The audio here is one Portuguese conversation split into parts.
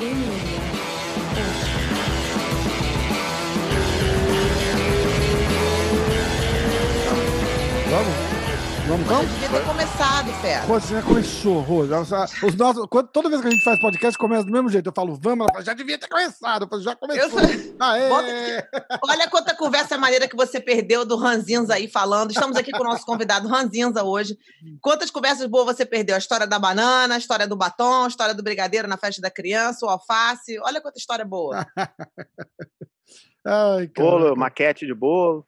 Vamos, Você devia ter começado, Fera. Pô, você já começou, Rose. Toda vez que a gente faz podcast, começa do mesmo jeito. Eu falo, vamos, ela fala, já devia ter começado. Eu falo, já começou. Olha quanta conversa maneira que você perdeu do Ranzinza aí falando. Estamos aqui com o nosso convidado Ranzinza hoje. Quantas conversas boas você perdeu? A história da banana, a história do batom, a história do brigadeiro na festa da criança, o alface. Olha quanta história boa. Ai, bolo, maquete de bolo.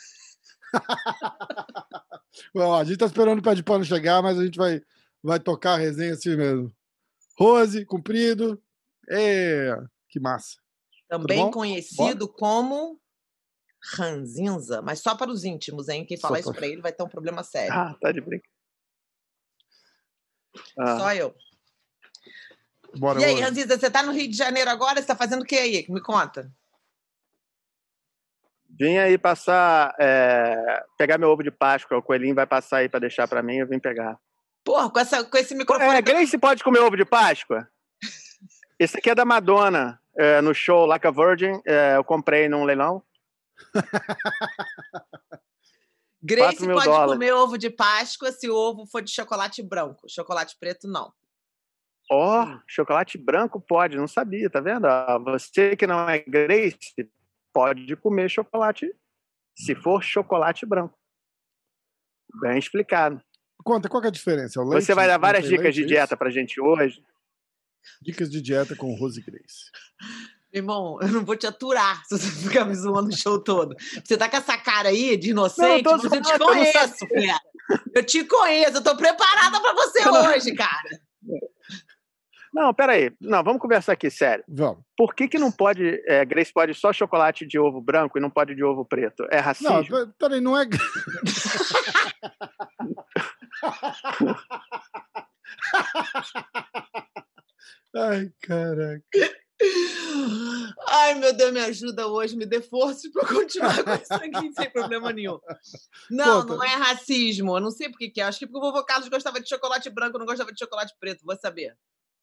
Bom, a gente tá esperando o pé de pano chegar, mas a gente vai tocar a resenha assim mesmo. Rose, comprido. Que massa. Também conhecido como Ranzinza, mas só para os íntimos, hein? Quem falar isso para ele vai ter um problema sério. Ah, tá de brincadeira. Só eu. Bora, e aí, Ranzinza, você tá no Rio de Janeiro agora? Você tá fazendo o que aí? Me conta. Vim aí pegar meu ovo de Páscoa. O coelhinho vai passar aí para deixar para mim, eu vim pegar. Porra, com esse microfone... Grace pode comer ovo de Páscoa? Esse aqui é da Madonna, no show Like a Virgin. Eu comprei num leilão. Grace pode comer ovo de Páscoa se o ovo for de chocolate branco. Chocolate preto, não. Chocolate branco pode, não sabia, tá vendo? Você que não é Grace... pode comer chocolate, se for chocolate branco. Bem explicado. Conta, qual que é a diferença? Você vai dar várias dicas de dieta pra gente hoje? Dicas de dieta com Rose Grace. Irmão, eu não vou te aturar se você ficar me zoando o show todo. Você tá com essa cara aí de inocente, mas eu te conheço, cara. Eu te conheço, eu tô preparada pra você hoje, cara. Não, peraí. Não, vamos conversar aqui, sério. Vamos. Por que não pode... Grace pode só chocolate de ovo branco e não pode de ovo preto? É racismo? Não, peraí, não é... Ai, caraca. Ai, meu Deus, me ajuda hoje, me dê força pra continuar com isso aqui sem problema nenhum. Não é racismo. Eu não sei por que é. Acho que porque o vovô Carlos gostava de chocolate branco, não gostava de chocolate preto. Vou saber.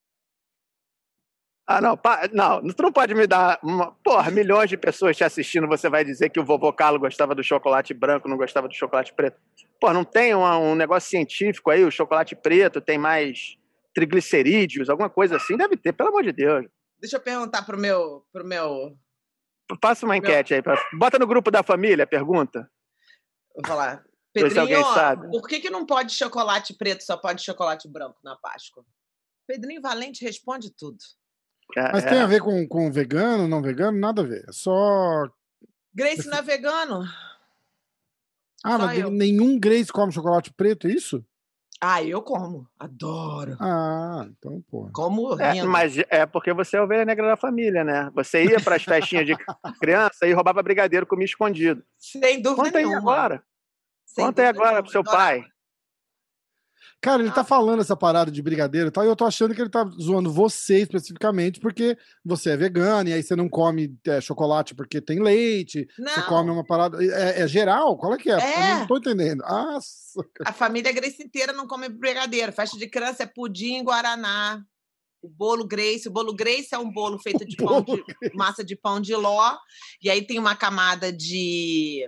Não, tu não pode me dar... milhões de pessoas te assistindo, você vai dizer que o vovô Carlos gostava do chocolate branco, não gostava do chocolate preto. Não tem um negócio científico aí, o chocolate preto tem mais triglicerídeos, alguma coisa assim? Deve ter, pelo amor de Deus. Deixa eu perguntar pro meu... Passa uma enquete aí. Bota no grupo da família, pergunta. Vou falar. Pedrinho, se alguém sabe. Por que não pode chocolate preto, só pode chocolate branco na Páscoa? Pedrinho Valente responde tudo. Mas tem a ver com vegano, não vegano? Nada a ver. É só... Grace não é vegano. Mas nenhum Grace come chocolate preto, é isso? Eu como. Adoro. Então, pô. Como rindo. Mas é porque você é a ovelha negra da família, né? Você ia para as festinhas de criança e roubava brigadeiro, comia escondido. Sem dúvida nenhuma. Conta aí agora pro seu pai. Cara, ele tá falando essa parada de brigadeiro e tal, e eu tô achando que ele tá zoando você especificamente, porque você é vegano, e aí você não come chocolate porque tem leite, você come uma parada... É geral? Qual é que é? Eu não tô entendendo. Nossa. A família Grace inteira não come brigadeiro. Festa de criança é pudim, guaraná, o bolo Grace. O bolo Grace é um bolo feito de massa de pão de ló, e aí tem uma camada de...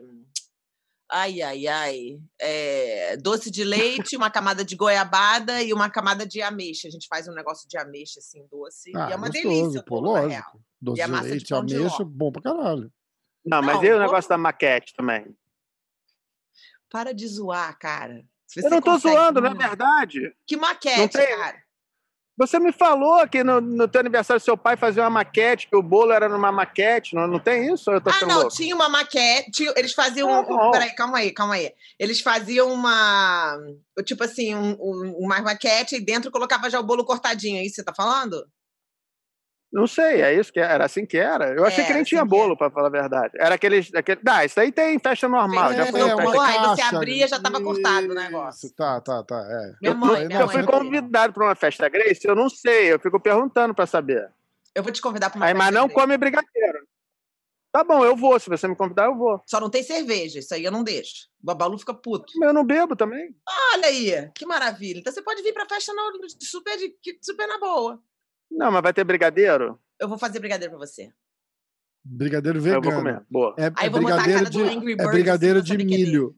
doce de leite, uma camada de goiabada e uma camada de ameixa. A gente faz um negócio de ameixa, assim, doce. E é uma delícia, lógico. Real. Doce de leite, ameixa, bom pra caralho. Não, mas e o negócio da maquete também? Para de zoar, cara. Eu não tô zoando, não é verdade? Que maquete, cara? Você me falou que no teu aniversário seu pai fazia uma maquete, que o bolo era numa maquete, não tem isso? Ou eu tô sendo louco? Tinha uma maquete, eles faziam... Peraí, calma aí. Eles faziam uma... Tipo assim, uma maquete e dentro colocava já o bolo cortadinho, é isso que você tá falando? Não sei, é isso que era assim que era? Eu achei que nem tinha bolo, pra falar a verdade. Era aqueles... isso aí tem em festa normal. Já foi aí você abria, já tava cortado o negócio. Tá. Eu fui convidado pra uma festa Grace, eu não sei, eu fico perguntando pra saber. Eu vou te convidar pra uma festa mas não Grace. come brigadeiro. Tá bom, eu vou, se você me convidar, eu vou. Só não tem cerveja, isso aí eu não deixo. O Babalu fica puto. Mas eu não bebo também. Olha aí, que maravilha. Então você pode vir pra festa super na boa. Não, mas vai ter brigadeiro? Eu vou fazer brigadeiro pra você. Brigadeiro vegano. Eu vou comer. Boa. Aí vou botar a cara do Angry Birds. É brigadeiro de milho.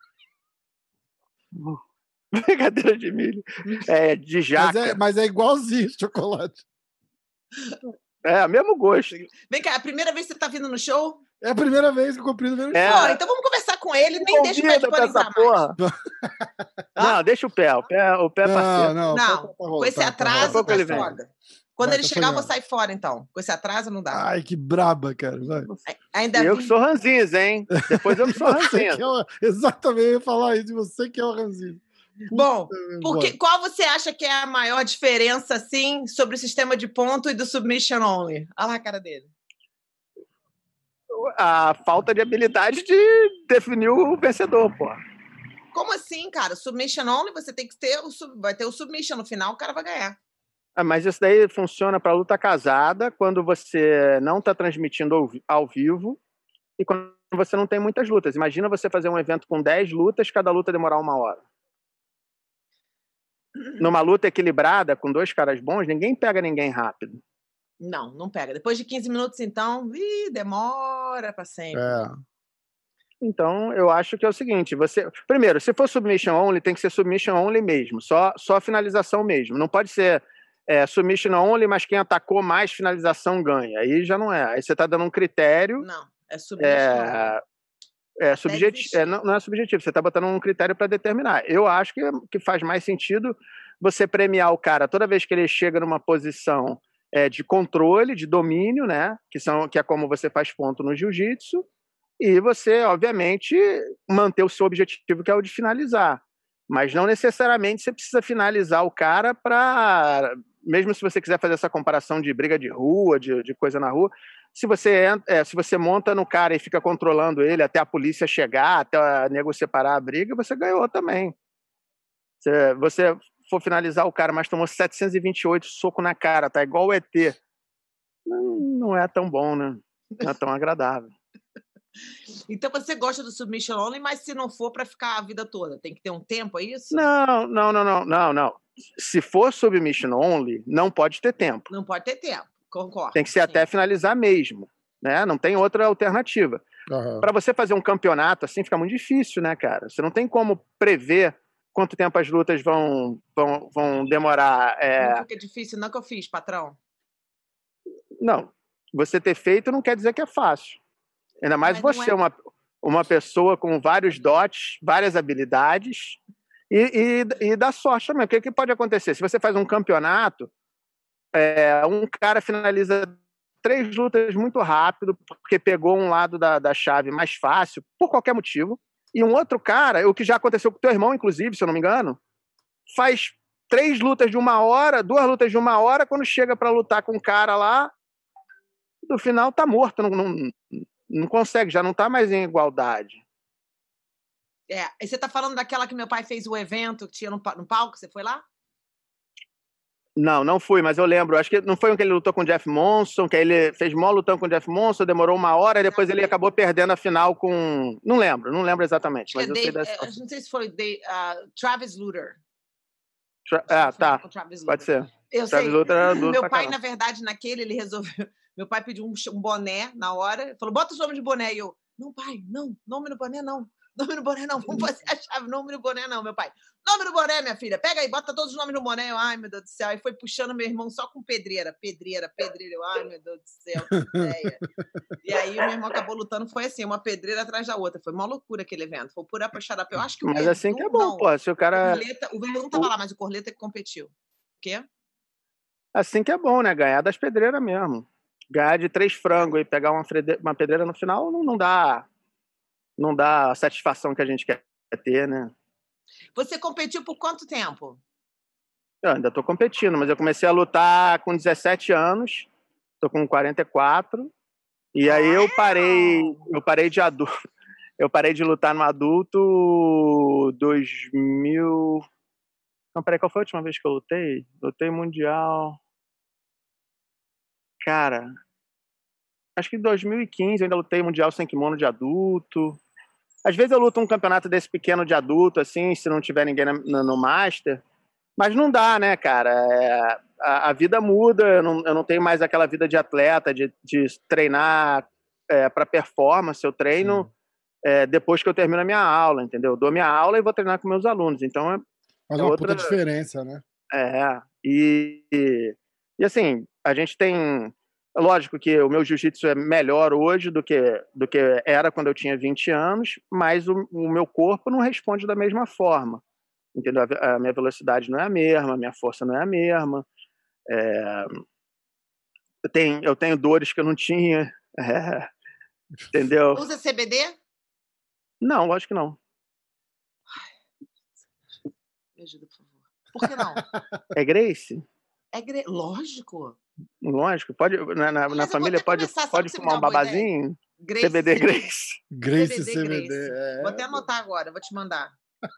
Brigadeiro de milho. É, de jaca. Mas é igualzinho chocolate. É, mesmo gosto. Vem cá, é a primeira vez que você tá vindo no show? É a primeira vez que eu comprei no meu show. Então vamos conversar com ele, nem deixa o médico entrar mais. Não, deixa o pé é parceiro. Não, com esse atraso tá foda. Quando ele chegar, eu vou sair fora, então. Com esse atraso, não dá. Ai, que braba, cara. Vai. Eu que sou ranzinza, hein? Depois eu que sou ranzinza. Exatamente, eu ia falar isso de você que é o ranzinza. Bom, qual você acha que é a maior diferença, assim, sobre o sistema de ponto e do submission only? Olha lá a cara dele. A falta de habilidade de definir o vencedor, pô. Como assim, cara? Submission only, você tem que ter vai ter o submission no final, o cara vai ganhar. Mas isso daí funciona para luta casada, quando você não está transmitindo ao vivo e quando você não tem muitas lutas. Imagina você fazer um evento com 10 lutas, cada luta demorar 1 hora. Numa luta equilibrada, com 2 caras bons, ninguém pega ninguém rápido. Não pega. Depois de 15 minutos, então, demora para sempre. Então, eu acho que é o seguinte, primeiro, se for submission only, tem que ser submission only mesmo, só finalização mesmo. Não pode ser submission only, mas quem atacou mais finalização ganha. Aí já não é. Aí você está dando um critério... Não, é submission only. Não é subjetivo, você está botando um critério para determinar. Eu acho que faz mais sentido você premiar o cara toda vez que ele chega numa posição de controle, de domínio, né? Que é como você faz ponto no jiu-jitsu, e você, obviamente, manter o seu objetivo, que é o de finalizar. Mas não necessariamente você precisa finalizar o cara para... Mesmo se você quiser fazer essa comparação de briga de rua, de coisa na rua, se você monta no cara e fica controlando ele até a polícia chegar, até a nego separar a briga, você ganhou também. Se você for finalizar o cara, mas tomou 728 soco na cara, tá igual o ET, não é tão bom, né? Não é tão agradável. Então você gosta do submission only, mas se não for para ficar a vida toda, tem que ter um tempo, é isso? Não. Se for submission only, não pode ter tempo. Não pode ter tempo, concordo. Tem que ser até finalizar mesmo, né? Não tem outra alternativa. Para você fazer um campeonato assim, fica muito difícil, né, cara? Você não tem como prever quanto tempo as lutas vão demorar. Não fica difícil, não que eu fiz, patrão. Não, você ter feito não quer dizer que é fácil. Ainda mais você, uma pessoa com vários dotes, várias habilidades e dá sorte também. O que pode acontecer? Se você faz um campeonato, um cara finaliza 3 lutas muito rápido, porque pegou um lado da chave mais fácil, por qualquer motivo, e um outro cara, o que já aconteceu com o teu irmão, inclusive, se eu não me engano, faz 3 lutas de 1 hora, 2 lutas de 1 hora, quando chega para lutar com um cara lá, no final tá morto, não consegue, já não tá mais em igualdade. E você tá falando daquela que meu pai fez o evento, que tinha no palco, você foi lá? Não fui, mas eu lembro, acho que não foi um que ele lutou com o Jeff Monson, que ele fez mó lutão com o Jeff Monson, demorou 1 hora, e depois ele acabou perdendo a final com... Não lembro exatamente. Mas não sei se foi Travis Lutter. Tá, pode ser. Eu sei, meu pai, na verdade, naquele, ele resolveu... Meu pai pediu um boné na hora, falou, bota os nomes de boné. E eu, não, pai, não, nome no boné não. Nome no boné não, vamos fazer a chave, nome no boné não, meu pai. Nome no boné, minha filha, pega aí, bota todos os nomes no boné. Eu, ai, meu Deus do céu. E foi puxando meu irmão só com pedreira. Eu, ai, meu Deus do céu, que ideia. E aí o meu irmão acabou lutando, foi assim, uma pedreira atrás da outra. Foi uma loucura aquele evento, foi pura puxada. Eu acho que mas assim que é bom, pô, se o cara... O Verdun não tava lá, mas o Corleta que competiu. O quê? Assim que é bom, né, ganhar das pedreiras mesmo. Ganhar de 3 frangos e pegar uma pedreira no final não dá a satisfação que a gente quer ter, né? Você competiu por quanto tempo? Eu ainda tô competindo, mas eu comecei a lutar com 17 anos, tô com 44, e aí eu parei de adulto. Eu parei de lutar no adulto 2000... Não, peraí, qual foi a última vez que eu lutei? Lutei mundial... Cara, acho que em 2015 eu ainda lutei mundial sem kimono de adulto. Às vezes eu luto um campeonato desse pequeno de adulto, assim, se não tiver ninguém no Master. Mas não dá, né, cara? a vida muda, eu não tenho mais aquela vida de atleta, de treinar para performance, eu treino depois que eu termino a minha aula, entendeu? Eu dou minha aula e vou treinar com meus alunos, então Faz uma puta diferença, né? E assim, a gente tem... Lógico que o meu jiu-jitsu é melhor hoje do que era quando eu tinha 20 anos, mas o meu corpo não responde da mesma forma, entendeu? A minha velocidade não é a mesma, a minha força não é a mesma. Eu tenho dores que eu não tinha, entendeu? Usa CBD? Não, lógico que não. Me ajuda, por favor. Por que não? É Grace? Lógico. Lógico, pode, na família pode fumar um babazinho? Grace, CBD Grace. Grace CBD. Vou até anotar agora, vou te mandar.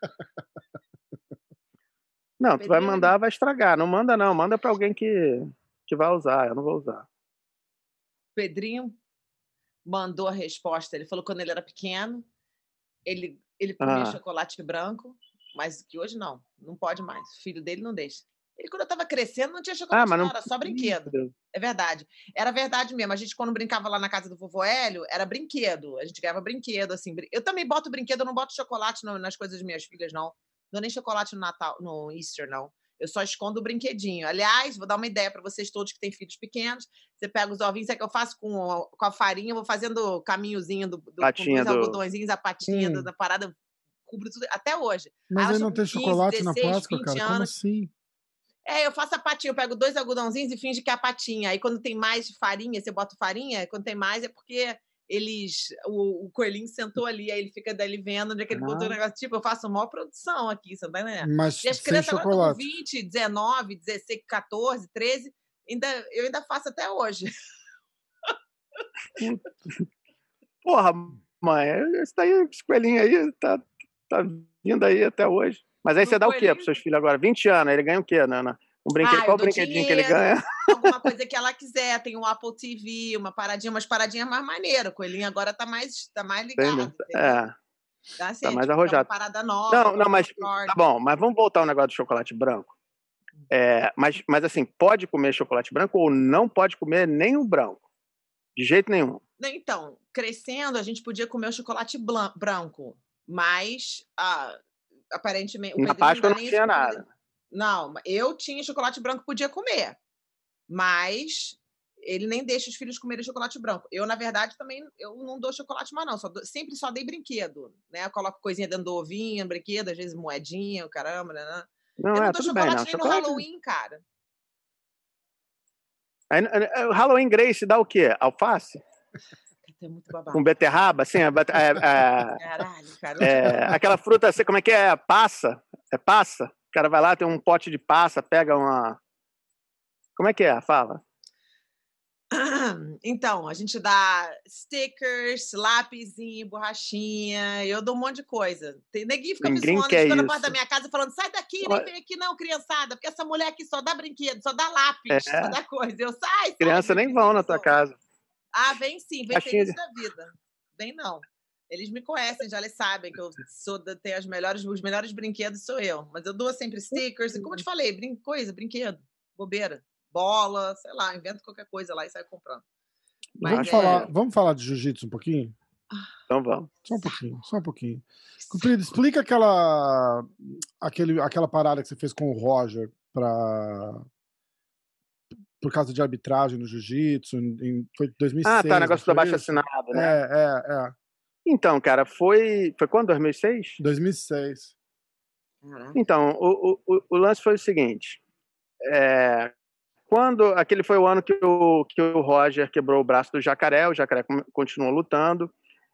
Não, tu vai mandar, vai estragar. Não manda não, manda pra alguém que vai usar, eu não vou usar. Pedrinho mandou a resposta, ele falou que quando ele era pequeno, ele comia chocolate branco, mas que hoje não pode mais, o filho dele não deixa. Ele, quando eu tava crescendo, não tinha chocolate, não, era só brinquedo. É verdade. Era verdade mesmo. A gente, quando brincava lá na casa do vovô Hélio, era brinquedo. A gente ganhava brinquedo, assim. Eu também boto brinquedo, eu não boto chocolate nas coisas das minhas filhas, não. Não dou nem chocolate no Natal, no Easter, não. Eu só escondo o brinquedinho. Aliás, vou dar uma ideia para vocês todos que têm filhos pequenos. Você pega os ovinhos, sabe o que eu faço com a farinha? Eu vou fazendo o caminhozinho com dois algodõezinhos, a patinha da parada, cubro tudo, até hoje. Mas aí não tem chocolate 16, na Páscoa, cara? Como assim? Eu faço a patinha, eu pego 2 algodãozinhos e finge que é a patinha. Aí quando tem mais farinha, você bota farinha, quando tem mais é porque o coelhinho sentou ali, aí ele fica dali vendo onde é que ele botou o negócio. Tipo, eu faço maior produção aqui, você tá entendendo? Mas e as crianças agora estão com 20, 19, 16, 14, 13, eu ainda faço até hoje. Porra, mãe, esse coelhinho aí tá vindo aí até hoje. Mas aí você dá o quê pros seus filhos agora? 20 anos, ele ganha o quê, Nana? Qual brinquedinho que ele ganha? Alguma coisa que ela quiser. Tem um Apple TV, umas paradinhas mais maneiras. O coelhinho agora tá mais ligado. Assim, tá mais arrojado. Uma parada nova. Não, mas tá bom. Mas vamos voltar ao negócio do chocolate branco. Mas assim, pode comer chocolate branco ou não pode comer nem o branco? De jeito nenhum. Então, crescendo, a gente podia comer o chocolate branco. Mas... aparentemente... Na Páscoa não tinha nada. Não, eu tinha chocolate branco, podia comer. Mas ele nem deixa os filhos comerem chocolate branco. Eu, na verdade, também eu não dou chocolate mais, não. Sempre só dei brinquedo, né? Eu coloco coisinha dentro do ovinho, brinquedo, às vezes moedinha, o caramba, né? Não, eu não dou chocolate bem, nem no Halloween, cara. Aí, Halloween Grace dá o quê? Alface? É muito babado. Com beterraba, assim? Caralho, cara. Aquela fruta, assim, como é que é? Passa? É passa? O cara vai lá, tem um pote de passa, pega uma... Como é que é? Fala. Então, a gente dá stickers, lápisinho, borrachinha, eu dou um monte de coisa. Tem neguinho fica me zoando, fica na porta da minha casa falando, sai daqui, nem vem aqui não, criançada, porque essa mulher aqui só dá brinquedo, só dá lápis, só dá coisa. Eu sai. Criança nem vão na tua casa. Vem sim, vem feliz da vida. Vem não. Eles me conhecem, já eles sabem que eu tenho os melhores brinquedos sou eu. Mas eu dou sempre stickers, e como eu te falei, brinquedo, bobeira, bola, sei lá, invento qualquer coisa lá e saio comprando. Mas vamos falar de jiu-jitsu um pouquinho? Então vamos. Só um pouquinho. Cupido, explica aquela parada que você fez com o Roger por causa de arbitragem no jiu-jitsu, foi 2006. Tá, negócio do abaixo-assinado, né? Então, cara, foi quando? 2006? 2006. Então, o lance foi o seguinte, aquele foi o ano que o Roger quebrou o braço do Jacaré, o Jacaré continuou lutando,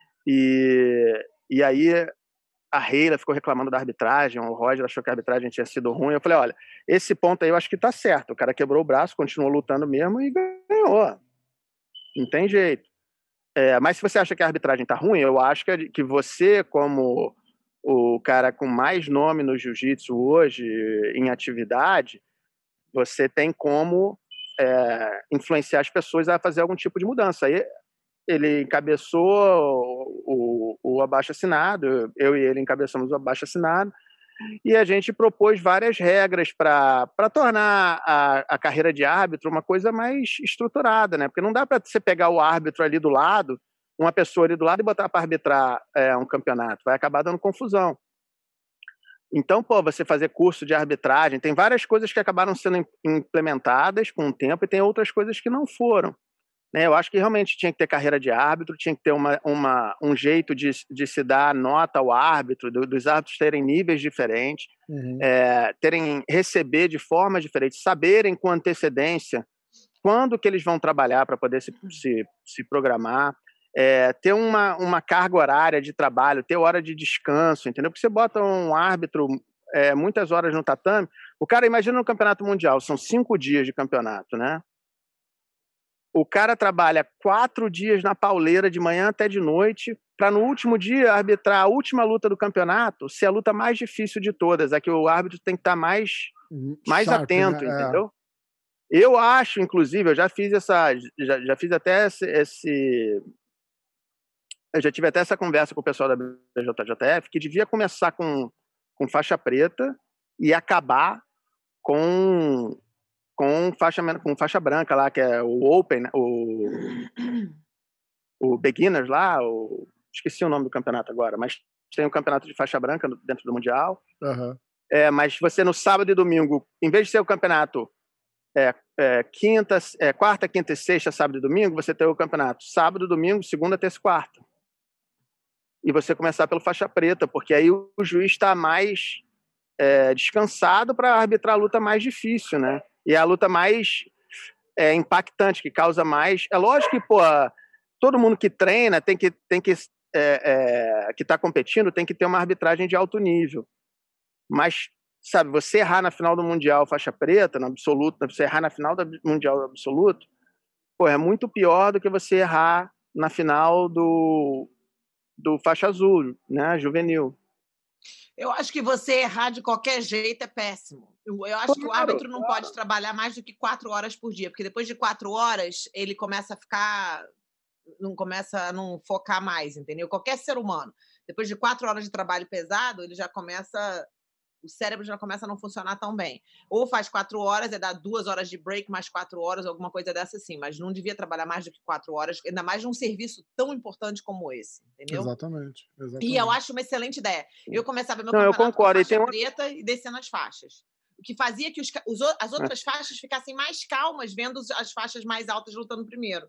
e aí a Reila ficou reclamando da arbitragem, o Roger achou que a arbitragem tinha sido ruim. Eu falei, olha, esse ponto aí eu acho que tá certo, o cara quebrou o braço, continuou lutando mesmo e ganhou. Não tem jeito. Mas se você acha que a arbitragem tá ruim, eu acho que você, como o cara com mais nome no jiu-jitsu hoje, em atividade, você tem como influenciar as pessoas a fazer algum tipo de mudança. Aí ele encabeçou o abaixo-assinado, eu e ele encabeçamos o abaixo-assinado, E a gente propôs várias regras para tornar a carreira de árbitro uma coisa mais estruturada, né? Porque não dá para você pegar o árbitro ali do lado, uma pessoa ali do lado, e botar para arbitrar um campeonato. Vai acabar dando confusão. Então, você fazer curso de arbitragem, tem várias coisas que acabaram sendo implementadas com o tempo e tem outras coisas que não foram. Eu acho que realmente tinha que ter carreira de árbitro, tinha que ter um jeito de se dar nota ao árbitro, dos árbitros terem níveis diferentes, receber de forma diferente, saberem com antecedência quando que eles vão trabalhar para poder se programar, ter uma carga horária de trabalho, ter hora de descanso, entendeu? Porque você bota um árbitro muitas horas no tatame, o cara, imagina no campeonato mundial, são 5 dias de campeonato, né? O cara trabalha 4 dias na pauleira, de manhã até de noite, para no último dia arbitrar a última luta do campeonato, ser a luta mais difícil de todas, a que o árbitro tem que estar mais atento, né? Entendeu? Eu acho, inclusive, eu já fiz já fiz até eu já tive até essa conversa com o pessoal da BJJF, que devia começar com faixa preta e acabar com faixa branca lá, que é o Open, o Beginners lá, esqueci o nome do campeonato agora, mas tem um campeonato de faixa branca dentro do Mundial. Uhum. Mas você no sábado e domingo, em vez de ser o campeonato quarta, quinta e sexta, sábado e domingo, você tem o campeonato sábado, domingo, segunda, terça e quarta. E você começar pelo faixa preta, porque aí o juiz está mais descansado para arbitrar a luta mais difícil, né? E é a luta mais impactante, que causa mais... É lógico que, todo mundo que treina que está competindo tem que ter uma arbitragem de alto nível. Mas, sabe, você errar na final do Mundial faixa preta, no absoluto, você errar na final do Mundial absoluto, é muito pior do que você errar na final do faixa azul, né, juvenil. Eu acho que você errar de qualquer jeito é péssimo. Eu acho que o árbitro não pode trabalhar mais do que 4 horas por dia, porque depois de 4 horas ele começa a ficar... começa a não focar mais, entendeu? Qualquer ser humano. Depois de 4 horas de trabalho pesado, ele já começa... O cérebro já começa a não funcionar tão bem. Ou faz 4 horas, dá 2 horas de break, mais 4 horas, alguma coisa dessa assim. Mas não devia trabalhar mais do que 4 horas, ainda mais num serviço tão importante como esse, entendeu? Exatamente. E eu acho uma excelente ideia. Eu começava meu campeonato com faixa preta e descendo as faixas. O que fazia que as outras faixas ficassem mais calmas, vendo as faixas mais altas lutando primeiro.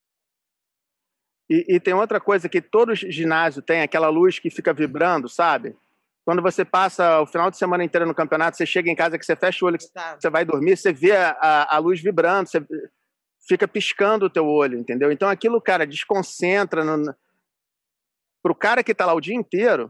E tem outra coisa que todo ginásio tem, aquela luz que fica vibrando, sabe? Quando você passa o final de semana inteiro no campeonato, você chega em casa, que você fecha o olho, que você vai dormir, você vê a luz vibrando, você fica piscando o teu olho, entendeu? Então aquilo, cara, desconcentra. Pro cara que tá lá o dia inteiro,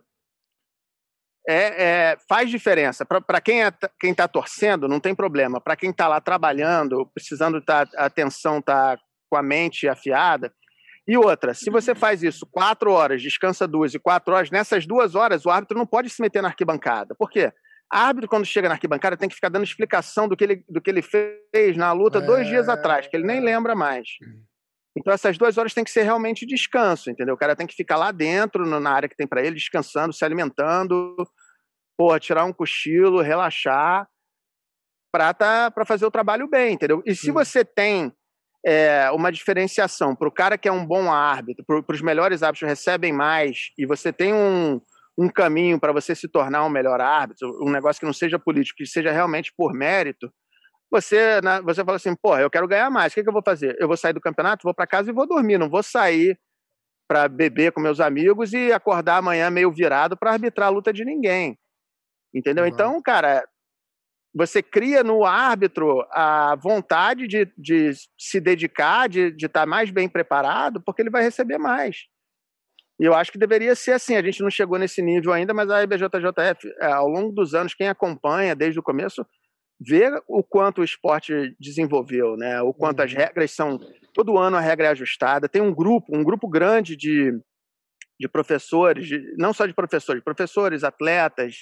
faz diferença. Para quem tá torcendo, não tem problema. Para quem tá lá trabalhando, precisando a atenção tá com a mente afiada. E outra, se você faz isso 4 horas, descansa 2 e 4 horas, nessas 2 horas o árbitro não pode se meter na arquibancada. Por quê? O árbitro, quando chega na arquibancada, tem que ficar dando explicação do que ele fez na luta 2 dias atrás, que ele nem lembra mais. Então essas 2 horas tem que ser realmente descanso, entendeu? O cara tem que ficar lá dentro, na área que tem para ele, descansando, se alimentando, tirar um cochilo, relaxar, para fazer o trabalho bem, entendeu? E se você tem uma diferenciação para o cara que é um bom árbitro, para os melhores árbitros recebem mais, e você tem um caminho para você se tornar um melhor árbitro, um negócio que não seja político, que seja realmente por mérito, você fala assim, eu quero ganhar mais, o que eu vou fazer? Eu vou sair do campeonato, vou para casa e vou dormir, não vou sair para beber com meus amigos e acordar amanhã meio virado para arbitrar a luta de ninguém, entendeu? Uhum. Então, cara... Você cria no árbitro a vontade de se dedicar, de estar mais bem preparado, porque ele vai receber mais. E eu acho que deveria ser assim. A gente não chegou nesse nível ainda, mas a IBJJF, ao longo dos anos, quem acompanha desde o começo, vê o quanto o esporte desenvolveu, né? O quanto as regras são... Todo ano a regra é ajustada. Tem um grupo grande de professores, não só de professores, atletas...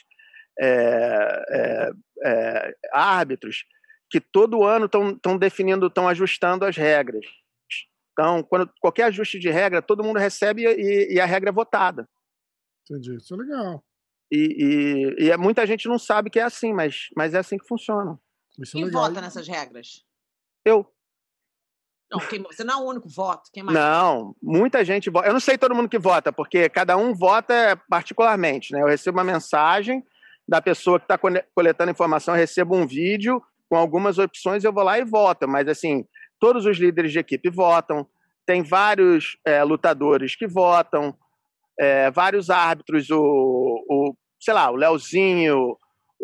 árbitros que todo ano estão ajustando as regras. Então, qualquer ajuste de regra, todo mundo recebe e a regra é votada. Entendi, isso é legal. E muita gente não sabe que é assim, mas é assim que funciona. Quem vota nessas regras? Eu. Não, você não é o único voto. Quem mais? Não, muita gente vota. Eu não sei todo mundo que vota, porque cada um vota particularmente, né? Eu recebo uma mensagem da pessoa que está coletando informação, eu recebo um vídeo com algumas opções, eu vou lá e voto. Mas, assim, todos os líderes de equipe votam, tem vários lutadores que votam, vários árbitros, sei lá, o Leozinho,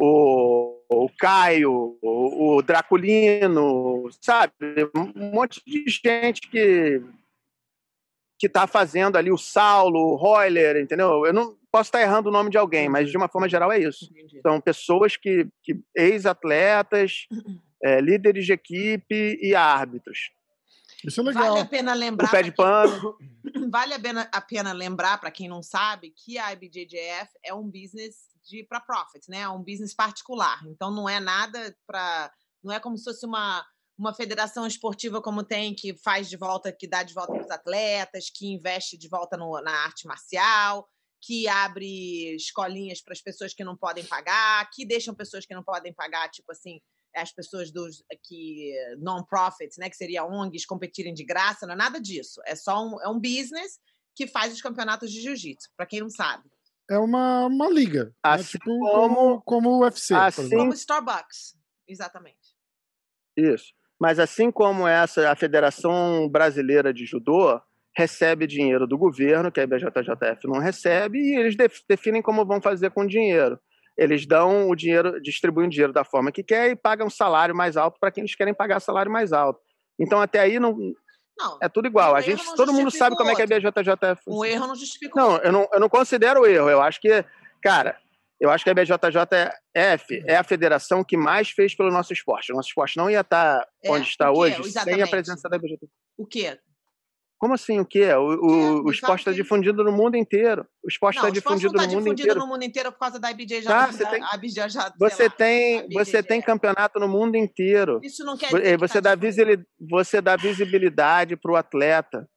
o Caio, o Draculino, sabe? Um monte de gente que está fazendo ali, o Saulo, o Royler, entendeu? Eu não posso estar errando o nome de alguém, mas de uma forma geral é isso. São pessoas que ex-atletas, líderes de equipe e árbitros. Isso é legal. Vale a pena lembrar. O pé de pano. Vale a pena lembrar, para quem não sabe, que a IBJJF é um business para profit, né? É um business particular. Então não é nada para. Não é como se fosse uma federação esportiva como tem, que faz de volta, que dá de volta para os atletas, que investe de volta na arte marcial, que abre escolinhas para as pessoas que não podem pagar, que deixam pessoas que não podem pagar, tipo assim, as pessoas que non-profits, né, que seria ONGs, competirem de graça. Não é nada disso. É só um business que faz os campeonatos de jiu-jitsu, para quem não sabe. É uma liga, assim, né? Tipo como o UFC. Assim, como Starbucks, exatamente. Isso. Mas assim como a Federação Brasileira de Judô recebe dinheiro do governo, que a IBJJF não recebe, e eles definem como vão fazer com o dinheiro. Eles dão o dinheiro, distribuem o dinheiro da forma que quer e pagam um salário mais alto para quem eles querem pagar salário mais alto. Então, até aí, não é tudo igual. Todo mundo sabe como é que a IBJJF funciona. Um erro não justifica. Não, eu não considero erro. Eu acho que, cara, a IBJJF é a federação que mais fez pelo nosso esporte. O nosso esporte não ia estar onde está hoje sem a presença da IBJJF. O quê? Como assim, o quê? O esporte está difundido no mundo inteiro. O esporte está difundido no mundo inteiro. Não, o esporte não está difundido no mundo inteiro por causa da IBJJF. Você tem campeonato no mundo inteiro. Isso não quer dizer você dá visibilidade para o atleta.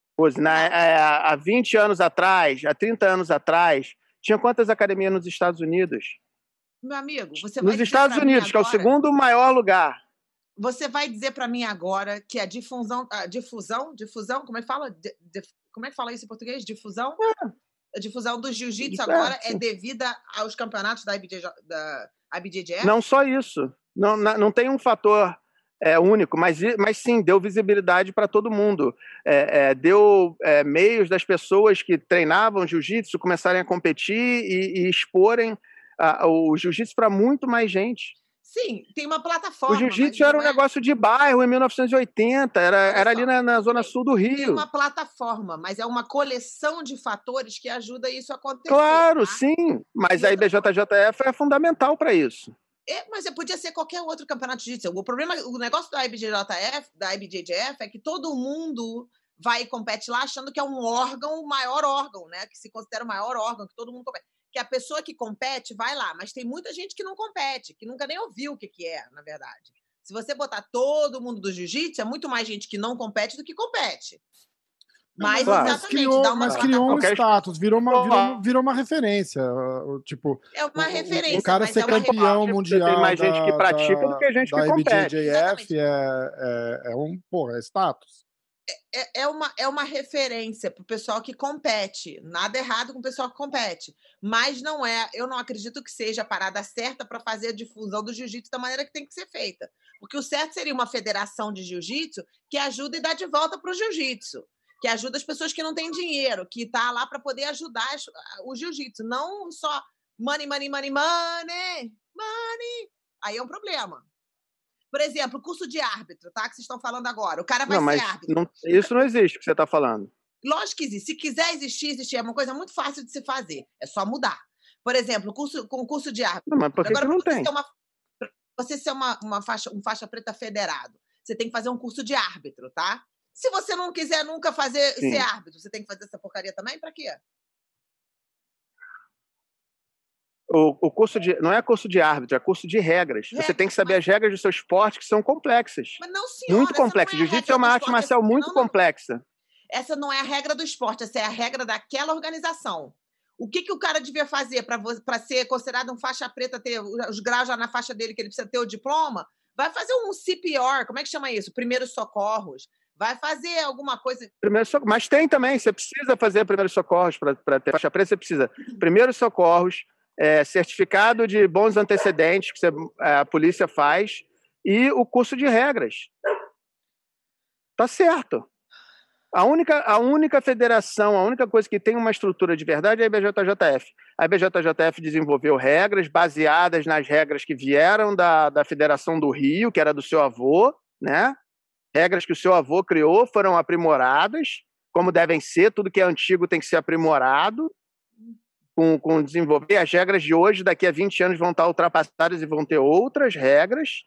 Há 20 anos atrás, há 30 anos atrás, tinha quantas academias nos Estados Unidos? Meu amigo, você vai nos Estados Unidos, que é o segundo maior lugar. Você vai dizer para mim agora que a difusão, como é que fala? Como é que fala isso em português? Difusão? A difusão do jiu-jitsu agora é devida aos campeonatos da IBJJF? Não só isso. Não tem um fator único, mas sim, deu visibilidade para todo mundo. Deu meios das pessoas que treinavam jiu-jitsu começarem a competir e exporem o jiu-jitsu para muito mais gente. Sim, tem uma plataforma. O jiu-jitsu era um negócio de bairro em 1980, era ali na zona sul do Rio. Tem uma plataforma, mas é uma coleção de fatores que ajuda isso a acontecer. Claro, tá? Sim, mas a IBJJF é fundamental para isso. Mas podia ser qualquer outro campeonato de jiu-jitsu. O negócio da IBJJF é que todo mundo vai e compete lá achando que é o maior órgão, né? Que se considera o maior órgão, que todo mundo compete. Que a pessoa que compete vai lá, mas tem muita gente que não compete, que nunca nem ouviu o que é, na verdade. Se você botar todo mundo do jiu-jitsu, é muito mais gente que não compete do que compete. Mas, exatamente, criou um status, virou uma referência. Tipo, é uma referência. O cara ser campeão mundial. Tem mais gente que pratica do que gente que compete. IBJJF é status. É uma referência para o pessoal que compete. Nada errado com o pessoal que compete. Mas eu não acredito que seja a parada certa para fazer a difusão do jiu-jitsu da maneira que tem que ser feita. Porque o certo seria uma federação de jiu-jitsu que ajuda e dá de volta para o jiu-jitsu. Que ajuda as pessoas que não têm dinheiro, que está lá para poder ajudar o jiu-jitsu. Não só money, money, money, money, money. Aí é um problema. Por exemplo, o curso de árbitro, tá? Que vocês estão falando agora. O cara vai ser árbitro. Isso não existe, o que você está falando. Lógico que existe. Se quiser existir. É uma coisa muito fácil de se fazer. É só mudar. Por exemplo, concurso de árbitro. Não, mas por que agora, que não tem? Você ser um faixa preta federado, você tem que fazer um curso de árbitro, tá? Se você não quiser nunca ser árbitro, você tem que fazer essa porcaria também? Pra quê? O curso não é curso de árbitro, é curso de regras. Você tem que saber as regras do seu esporte, que são complexas. Mas não, senhora, muito complexas. Jiu-jitsu é uma arte marcial muito complexa. Essa não é a regra do esporte, essa é a regra daquela organização. O que o cara devia fazer para ser considerado um faixa preta, ter os graus já na faixa dele, que ele precisa ter o diploma? Vai fazer um CPR, como é que chama isso? Primeiros socorros. Vai fazer alguma coisa... Mas tem também, você precisa fazer primeiros socorros para ter faixa preta, você precisa primeiros socorros, certificado de bons antecedentes que a polícia faz e o curso de regras. Tá certo. A única federação, a única coisa que tem uma estrutura de verdade é a IBJJF. A IBJJF desenvolveu regras baseadas nas regras que vieram da Federação do Rio, que era do seu avô, né? Regras que o seu avô criou foram aprimoradas, como devem ser, tudo que é antigo tem que ser aprimorado, com desenvolver. As regras de hoje, daqui a 20 anos, vão estar ultrapassadas e vão ter outras regras.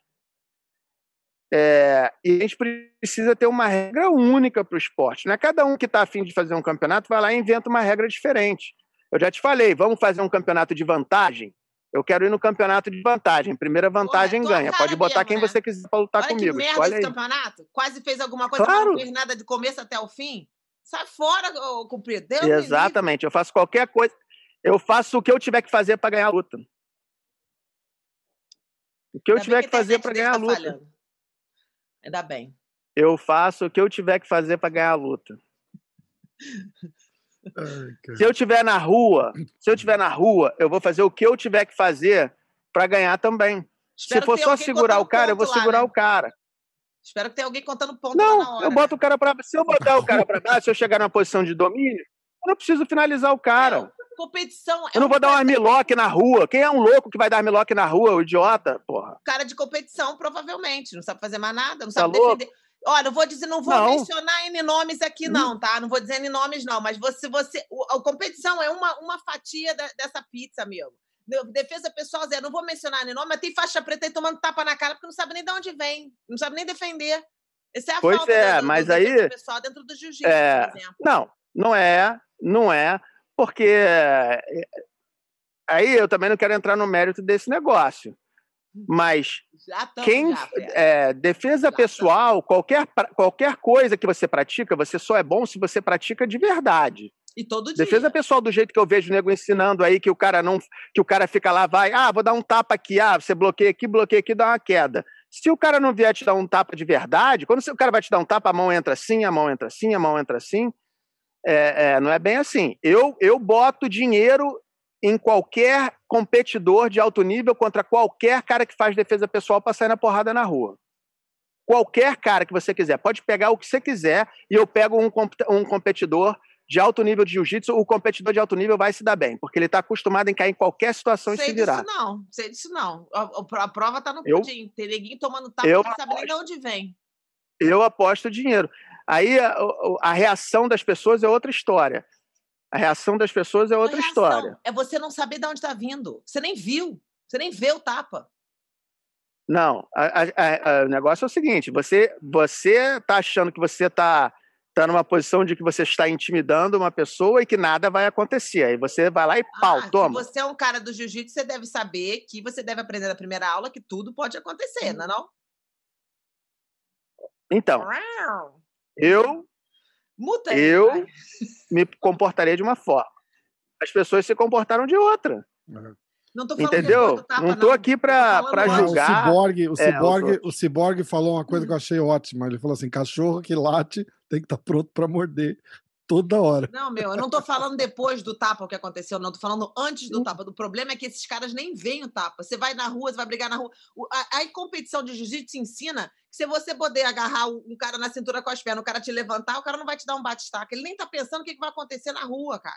E a gente precisa ter uma regra única para o esporte. Não é cada um que está a fim de fazer um campeonato vai lá e inventa uma regra diferente. Eu já te falei, vamos fazer um campeonato de vantagem? Eu quero ir no campeonato de vantagem. Primeira vantagem ganha. Pode botar mesmo, quem você quiser para lutar comigo. Olha que merda esse campeonato. Quase fez alguma coisa, mas não fez nada de começo até o fim. Sai fora, Comprido. Exatamente. Eu faço qualquer coisa. Eu faço o que eu tiver que fazer para ganhar a luta. O que eu tiver que fazer para ganhar a luta. Falhando. Ainda bem. Eu faço o que eu tiver que fazer para ganhar a luta. Se eu estiver na rua, eu vou fazer o que eu tiver que fazer para ganhar também. Se for só segurar o cara, eu vou segurar o cara. Espero que tenha alguém contando ponto lá na hora. Eu boto o cara para... Se eu botar o cara para baixo, se eu chegar na posição de domínio, eu não preciso finalizar o cara. Competição... Eu não vou dar um armlock na rua. Quem é um louco que vai dar armlock na rua, o idiota, porra? Cara de competição, provavelmente. Não sabe fazer mais nada, não sabe defender. Olha, não vou mencionar N nomes aqui, não, tá? Não vou dizer N nomes, não. Mas a competição é uma fatia dessa pizza, amigo. Defesa pessoal, Zé, não vou mencionar N nome, mas tem faixa preta aí tomando tapa na cara porque não sabe nem de onde vem. Não sabe nem defender. Essa é a falta mas do aí, defesa pessoal dentro do jiu-jitsu, por exemplo. Não é. Porque aí eu também não quero entrar no mérito desse negócio. Mas defesa pessoal, qualquer coisa que você pratica, você só é bom se você pratica de verdade. E todo dia. Defesa pessoal, do jeito que eu vejo o nego ensinando aí, que o cara fica lá, vou dar um tapa aqui, você bloqueia aqui, dá uma queda. Se o cara não vier te dar um tapa de verdade, quando o cara vai te dar um tapa, a mão entra assim, a mão entra assim, a mão entra assim. Não é bem assim. Eu boto dinheiro em qualquer competidor de alto nível contra qualquer cara que faz defesa pessoal para sair na porrada na rua. Qualquer cara que você quiser. Pode pegar o que você quiser e eu pego um competidor de alto nível de jiu-jitsu. O competidor de alto nível vai se dar bem, porque ele está acostumado em cair em qualquer situação e se virar. Sei disso não. A prova está no pudim. Tem neguinho tomando tapa que não sabe nem de onde vem. Eu aposto dinheiro. Aí a reação das pessoas é outra história. A reação das pessoas é outra história. É você não saber de onde está vindo. Você nem viu. Você nem vê o tapa. Não. O negócio é o seguinte. Você está achando que você está numa posição de que você está intimidando uma pessoa e que nada vai acontecer. Aí você vai lá e toma. Se você é um cara do jiu-jitsu, você deve saber que você deve aprender na primeira aula que tudo pode acontecer, não é não? Então, eu me comportaria de uma forma. As pessoas se comportaram de outra. Não tô falando entendeu? Não estou aqui para julgar. O Cyborg falou uma coisa que eu achei ótima. Ele falou assim: cachorro que late tem que estar pronto para morder toda hora. Não, eu não tô falando depois do tapa o que aconteceu, não. Tô falando antes do tapa. O problema é que esses caras nem veem o tapa. Você vai na rua, você vai brigar na rua. A competição de jiu-jitsu ensina que se você poder agarrar um cara na cintura com as pernas, o cara te levantar, o cara não vai te dar um bate-estaca. Ele nem tá pensando o que vai acontecer na rua, cara.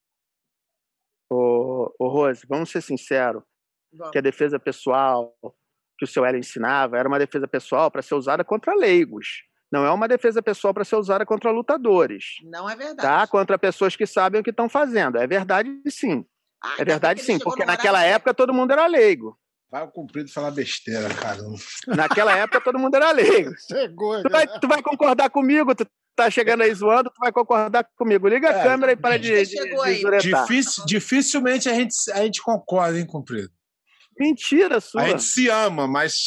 Ô, Rose, vamos ser sinceros. Que a defesa pessoal que o seu Hélio ensinava era uma defesa pessoal para ser usada contra leigos. Não é uma defesa pessoal para ser usada contra lutadores. Não é verdade. Tá? Contra pessoas que sabem o que estão fazendo. É verdade, sim. É verdade, sim. Porque naquela época todo mundo era leigo. Vai o Comprido falar besteira, cara. Naquela época todo mundo era leigo. Chegou, tu vai concordar comigo? Tu tá chegando aí zoando, tu vai concordar comigo. Liga a câmera e para de dificilmente a gente concorda, hein, Comprido? Mentira sua. A gente se ama, mas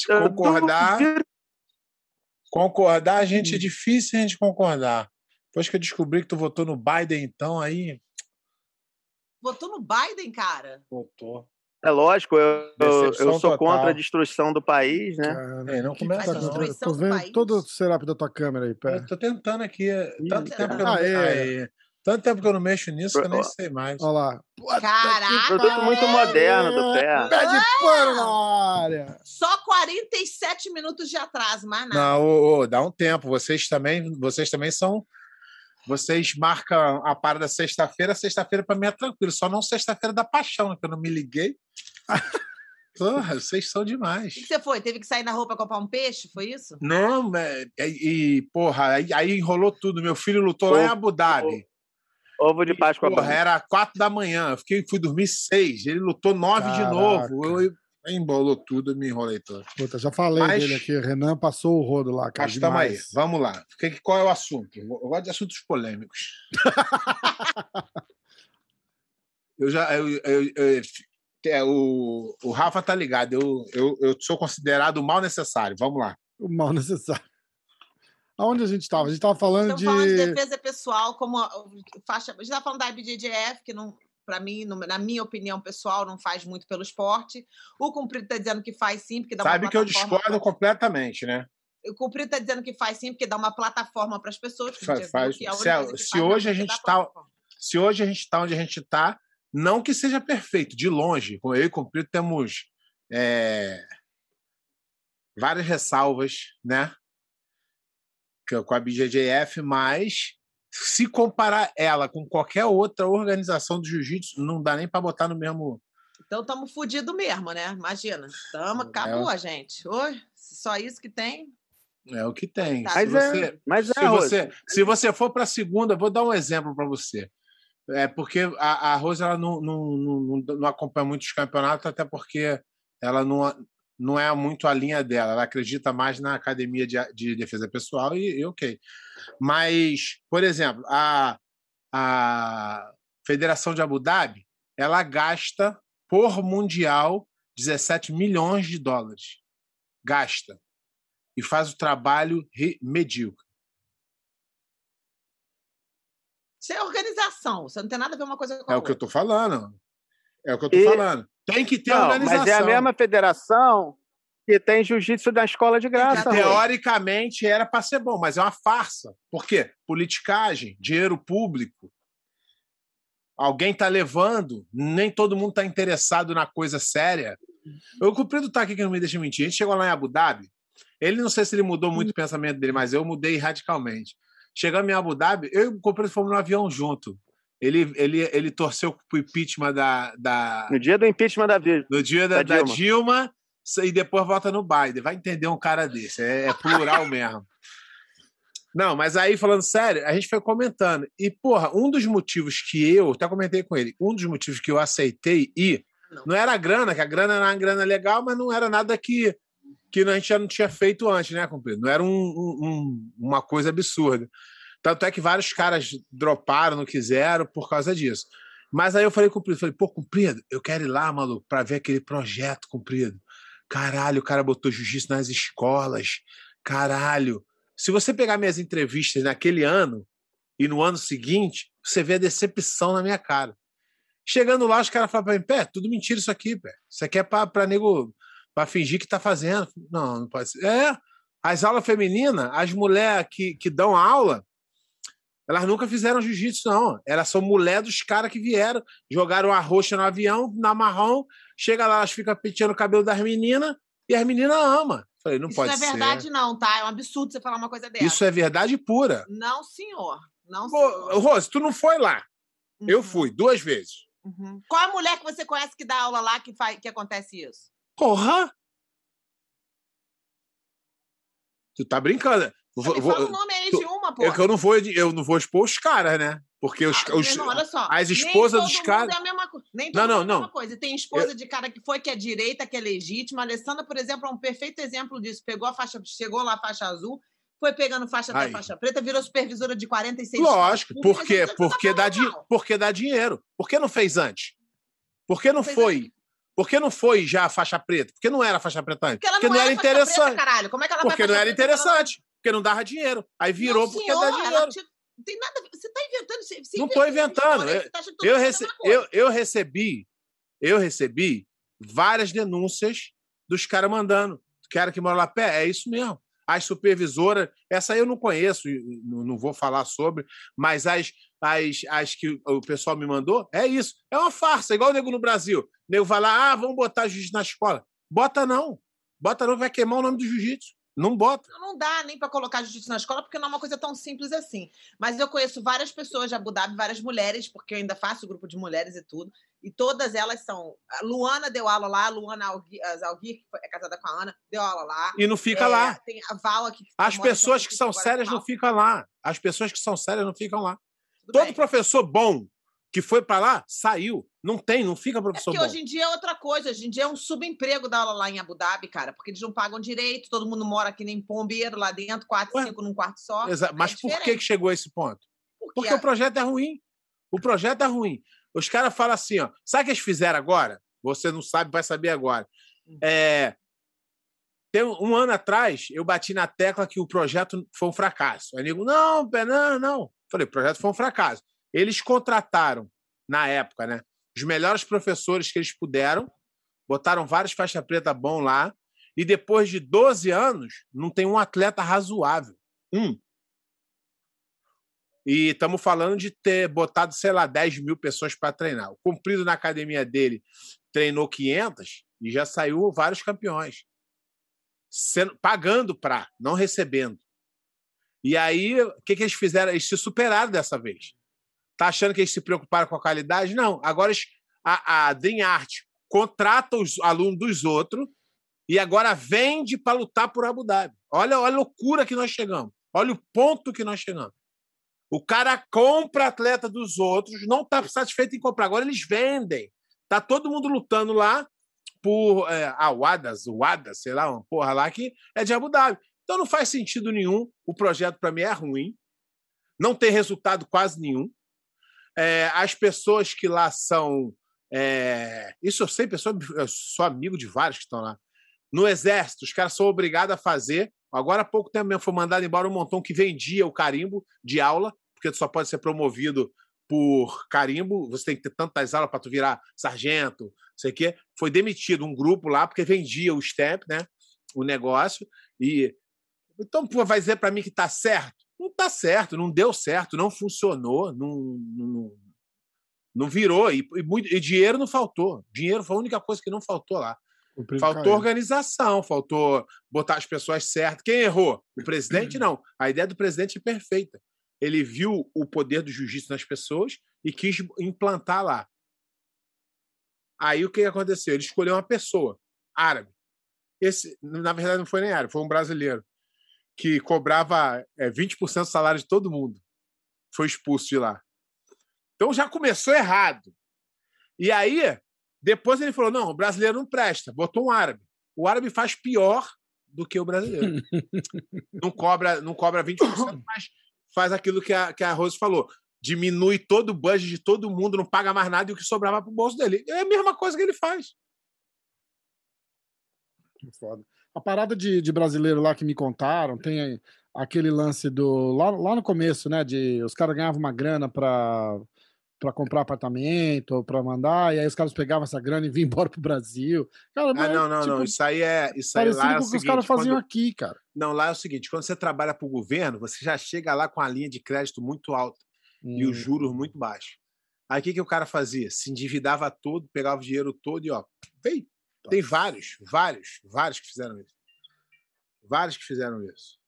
concordar, a gente é difícil a gente concordar. Depois que eu descobri que tu votou no Biden, então, aí... Votou no Biden, cara? Votou. É lógico, eu Decepção sou total. contra a destruição do país, né? É, não começa Mas não. destruição Tô do vendo país. todo o setup da tua câmera aí, pé. Eu tô tentando aqui. Tanto Ih, tempo que eu não aê. Tanto tempo que eu não mexo nisso que eu nem sei mais. Olha lá. Caraca! Produto muito moderno do pé. Pé de pano na área. Só 47 minutos de atraso, mais nada. Não, dá um tempo. Vocês também são. Vocês marcam a parada sexta-feira pra mim é tranquilo. Só não sexta-feira da paixão, né, que eu não me liguei. Porra, vocês são demais. O que você foi? Teve que sair na rua pra comprar um peixe? Foi isso? Não, porra, aí enrolou tudo. Meu filho lutou lá em Abu Dhabi. Ovo de Páscoa. Porra, era 4 da manhã. Eu fui dormir 6. Ele lutou 9 de novo. Eu embolou tudo, eu me enrolei todo. Puta, já falei dele aqui. Renan passou o rodo lá, cara. Mas estamos aí. Vamos lá. Qual é o assunto? Eu gosto de assuntos polêmicos. O Rafa tá ligado. Eu sou considerado o mal necessário. Vamos lá. O mal necessário. Aonde a gente estava? A gente estava falando Estamos falando de defesa pessoal, como faixa. A gente estava falando da IBJJF, que não, para mim, na minha opinião pessoal, não faz muito pelo esporte. O Cumprido está dizendo que faz sim, porque dá uma Sabe que eu discordo completamente, né? O Cumprido está dizendo que faz sim, porque dá uma plataforma para as pessoas. Se hoje a gente está onde a gente está, não que seja perfeito, de longe. Com eu e o Cumprido temos várias ressalvas, né? Com a BJJF, mas se comparar ela com qualquer outra organização do jiu-jitsu, não dá nem para botar no mesmo. Então estamos fodidos mesmo, né? Imagina. Acabou, gente. Oi, só isso que tem. É o que tem. Tá. Se você for para a segunda, vou dar um exemplo para você. É porque a Rose ela não acompanha muitos campeonatos, até porque ela não é muito a linha dela. Ela acredita mais na academia de defesa pessoal e ok. Mas, por exemplo, a Federação de Abu Dhabi, ela gasta por mundial 17 milhões de dólares. Gasta. E faz o trabalho medíocre. Isso é organização. Você não tem nada a ver uma coisa com a outra. É o que eu estou falando. falando. Tem que ter organização. Mas é a mesma federação que tem jiu-jitsu da escola de graça. Teoricamente era para ser bom, mas é uma farsa. Por quê? Politicagem, dinheiro público. Alguém está levando, nem todo mundo está interessado na coisa séria. O Cumprido está aqui que não me deixa mentir. A gente chegou lá em Abu Dhabi, ele não sei se ele mudou muito o pensamento dele, mas eu mudei radicalmente. Chegamos em Abu Dhabi, eu e o Cumprido fomos no avião junto. Ele torceu pro impeachment da... No dia do impeachment da Dilma. No dia da Dilma, e depois volta no Biden. Vai entender um cara desse. É plural mesmo. Não, mas aí, falando sério, a gente foi comentando. E, porra, um dos motivos que eu até comentei com ele, um dos motivos que eu aceitei ir, não era a grana, que a grana era uma grana legal, mas não era nada que a gente já não tinha feito antes, né, Cumprido? Não era uma coisa absurda. Tanto é que vários caras droparam, não quiseram por causa disso. Mas aí eu falei com o Cumprido, pô, Cumprido, eu quero ir lá, maluco, pra ver aquele projeto, Cumprido. Caralho, o cara botou jiu-jitsu nas escolas. Caralho. Se você pegar minhas entrevistas naquele ano e no ano seguinte, você vê a decepção na minha cara. Chegando lá, os caras falam pra mim, pé, tudo mentira isso aqui, pé. Isso aqui é pra nego, pra fingir que tá fazendo. Não, não pode ser. As aulas femininas, as mulheres que dão aula, elas nunca fizeram jiu-jitsu, não. Elas são mulher dos caras que vieram, jogaram a roxa no avião, na marrom, chega lá, elas ficam penteando o cabelo das meninas e as meninas amam. Falei, não pode ser. Isso não é verdade, não, tá? É um absurdo você falar uma coisa dessa. Isso é verdade pura. Não, senhor. Não, senhor. Ô, Rose, tu não foi lá. Uhum. Eu fui 2 vezes. Uhum. Qual a mulher que você conhece que dá aula lá que acontece isso? Porra! Tu tá brincando. Fala o nome aí de uma, pô. É que eu não vou expor os caras, né? Porque irmão, olha só, as esposas dos caras... É a mesma coisa. Nem todo mundo é a mesma coisa. Tem esposa de cara que foi, que é direita, que é legítima. A Alessandra, por exemplo, é um perfeito exemplo disso. Pegou a faixa, chegou lá a faixa azul, foi pegando faixa até faixa preta, virou supervisora de 46 anos. Lógico, porque dá dinheiro. Por que não fez antes? Por que não foi? Por que não foi já a faixa preta? Por que não era a faixa preta antes? Porque não era interessante. Preta, caralho. Como é que ela porque não era interessante. Porque não dava dinheiro. Aí virou porque dá dinheiro. Não tem nada. Você tá inventando. Não estou inventando. Eu recebi várias denúncias dos caras mandando. Cara que mora lá perto. É isso mesmo. As supervisoras, essa aí eu não conheço, não vou falar sobre, mas as que o pessoal me mandou, é isso. É uma farsa, igual o nego no Brasil. O nego vai lá, vamos botar jiu-jitsu na escola. Bota não, vai queimar o nome do jiu-jitsu. Não bota. Não dá nem para colocar jiu-jitsu na escola, porque não é uma coisa tão simples assim. Mas eu conheço várias pessoas de Abu Dhabi, várias mulheres, porque eu ainda faço grupo de mulheres e tudo, e todas elas são... A Luana deu aula lá, a Luana Zalguir, que é casada com a Ana, deu aula lá. E não fica lá. Tem a Val aqui. As pessoas que são sérias não ficam lá. As pessoas que são sérias não ficam lá. Todo professor bom que foi para lá, saiu. Não fica professor bom. Porque hoje em dia é outra coisa. Hoje em dia é um subemprego dar aula lá em Abu Dhabi, cara, porque eles não pagam direito, todo mundo mora aqui nem pombeiro lá dentro, 4, 5 num quarto só. Exato. Mas por que chegou a esse ponto? Porque o projeto é ruim. O projeto é ruim. Os caras falam assim, ó, sabe o que eles fizeram agora? Você não sabe, vai saber agora. Tem um ano atrás, eu bati na tecla que o projeto foi um fracasso. Aí nego, não. Falei, o projeto foi um fracasso. Eles contrataram, na época, né, os melhores professores que eles puderam, botaram vários faixa preta bom lá, e depois de 12 anos, não tem um atleta razoável. E estamos falando de ter botado, sei lá, 10 mil pessoas para treinar. O Cumprido na academia dele treinou 500 e já saiu vários campeões. Pagando para, não recebendo. E aí, o que eles fizeram? Eles se superaram dessa vez. Tá achando que eles se preocuparam com a qualidade? Não. Agora a Dream Art contrata os alunos dos outros e agora vende para lutar por Abu Dhabi. Olha a loucura que nós chegamos. Olha o ponto que nós chegamos. O cara compra atleta dos outros, não está satisfeito em comprar. Agora eles vendem. Tá todo mundo lutando lá por o ADA, sei lá, uma porra lá que é de Abu Dhabi. Então não faz sentido nenhum. O projeto, para mim, é ruim. Não tem resultado quase nenhum. As pessoas que lá são... Isso eu sei, eu sou amigo de vários que estão lá. No Exército, os caras são obrigados a fazer. Agora há pouco tempo mesmo foi mandado embora um montão que vendia o carimbo de aula, porque tu só pode ser promovido por carimbo, você tem que ter tantas aulas para tu virar sargento, não sei o quê. Foi demitido um grupo lá, porque vendia o stamp, né? O negócio. Então, pô, vai dizer para mim que tá certo? Não tá certo, não deu certo, não funcionou, não virou. E dinheiro não faltou. Dinheiro foi a única coisa que não faltou lá. Faltou organização, faltou botar as pessoas certas. Quem errou? O presidente, não. A ideia do presidente é perfeita. Ele viu o poder do jiu-jitsu nas pessoas e quis implantar lá. Aí o que aconteceu? Ele escolheu uma pessoa árabe. Esse, na verdade, não foi nem árabe, foi um brasileiro que cobrava 20% do salário de todo mundo. Foi expulso de lá. Então já começou errado. E aí, depois ele falou, não, o brasileiro não presta. Botou um árabe. O árabe faz pior do que o brasileiro. Não cobra 20%, mas faz aquilo que a Rose falou. Diminui todo o budget de todo mundo, não paga mais nada e o que sobrava para o bolso dele. É a mesma coisa que ele faz. Foda. A parada de brasileiro lá que me contaram, tem aquele lance do... Lá no começo, né? Os caras ganhavam uma grana para comprar apartamento ou para mandar, e aí os caras pegavam essa grana e vinham embora pro Brasil. Cara, não. Isso aí lá é o que seguinte, os caras faziam aqui, cara. Não, lá é o seguinte, quando você trabalha pro governo, você já chega lá com a linha de crédito muito alta e os juros muito baixos. Aí o que o cara fazia? Se endividava todo, pegava o dinheiro todo e, ó, veio. Tem vários que fizeram isso. Vários que fizeram isso.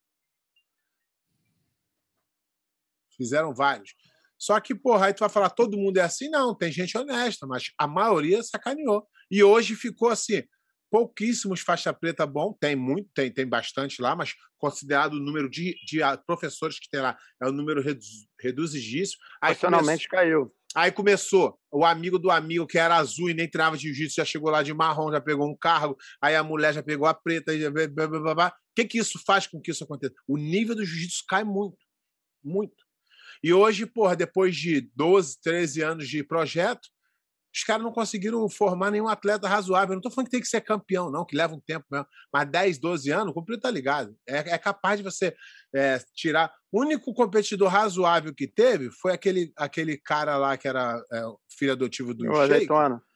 Fizeram vários. Só que, porra, aí tu vai falar, todo mundo é assim? Não, tem gente honesta, mas a maioria sacaneou. E hoje ficou assim, pouquíssimos faixa preta bom, tem bastante lá, mas considerado o número de professores que tem lá, é um número reduzidíssimo. Profissionalmente caiu. Aí começou o amigo do amigo, que era azul e nem treinava de jiu-jitsu, já chegou lá de marrom, já pegou um cargo, aí a mulher já pegou a preta. E blá, blá, blá. O que isso faz com que isso aconteça? O nível do jiu-jitsu cai muito, muito. E hoje, porra, depois de 12, 13 anos de projeto, Os caras não conseguiram formar nenhum atleta razoável. Eu não tô falando que tem que ser campeão, não, que leva um tempo mesmo. Mas 10, 12 anos, o Cumprido tá ligado. É capaz de você tirar... O único competidor razoável que teve foi aquele cara lá que era filho adotivo do Sheik,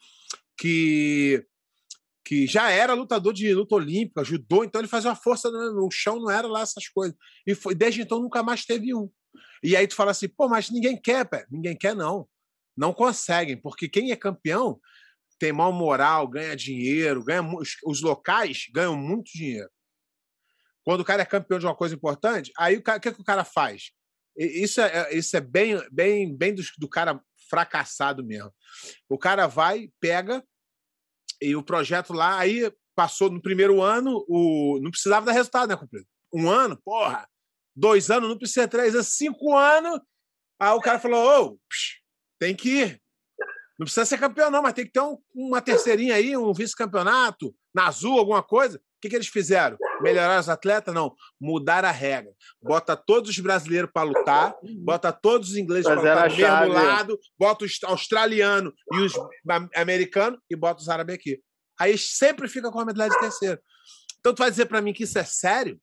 que já era lutador de luta olímpica, judô, então ele fazia uma força no chão, não era lá essas coisas. E desde então nunca mais teve um. E aí tu fala assim, pô, mas ninguém quer, pé. Ninguém quer, não. Não conseguem, porque quem é campeão tem mal moral, ganha dinheiro, os locais ganham muito dinheiro. Quando o cara é campeão de uma coisa importante, aí o que o cara faz? Isso é bem do cara fracassado mesmo. O cara vai, pega, e o projeto lá, aí passou no primeiro ano, não precisava dar resultado, né, Cumprido? 1 ano, porra. 2 anos, não precisa 3 anos, 5 anos. Aí o cara falou, tem que ir. Não precisa ser campeão, não, mas tem que ter uma terceirinha aí, um vice-campeonato, na Azul, alguma coisa. O que eles fizeram? Melhorar os atletas? Não. Mudar a regra. Bota todos os brasileiros para lutar, bota todos os ingleses para lutar do mesmo lado, bota os australianos e os americanos e bota os árabes aqui. Aí sempre fica com a medalha de terceiro. Então tu vai dizer para mim que isso é sério?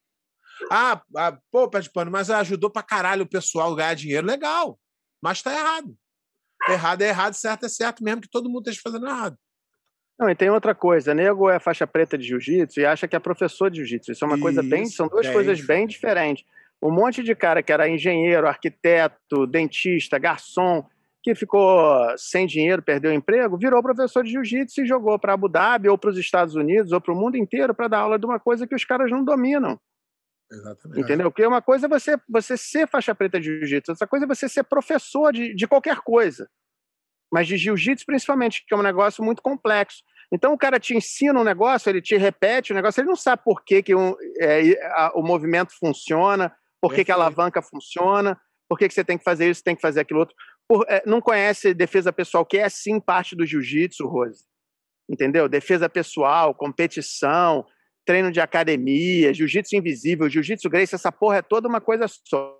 Pô, pé de pano, mas ajudou pra caralho o pessoal a ganhar dinheiro. Legal. Mas tá errado. Errado é errado, certo é certo, mesmo que todo mundo esteja fazendo errado. Não, e tem outra coisa. Nego é faixa preta de jiu-jitsu e acha que é professor de jiu-jitsu. Isso é uma coisa são duas coisas bem diferentes. Um monte de cara que era engenheiro, arquiteto, dentista, garçom, que ficou sem dinheiro, perdeu o emprego, virou professor de jiu-jitsu e jogou para Abu Dhabi ou para os Estados Unidos ou para o mundo inteiro para dar aula de uma coisa que os caras não dominam. Exatamente. Entendeu? Porque uma coisa é você ser faixa preta de jiu-jitsu, outra coisa é você ser professor de qualquer coisa. Mas de jiu-jitsu principalmente, que é um negócio muito complexo. Então o cara te ensina um negócio, ele te repete o negócio, ele não sabe por que o movimento funciona, por que a alavanca funciona, por que você tem que fazer isso, tem que fazer aquilo outro. Não conhece defesa pessoal, que é sim parte do jiu-jitsu, Rose. Entendeu? Defesa pessoal, competição, treino de academia, jiu-jitsu invisível, jiu-jitsu Gracie, essa porra é toda uma coisa só.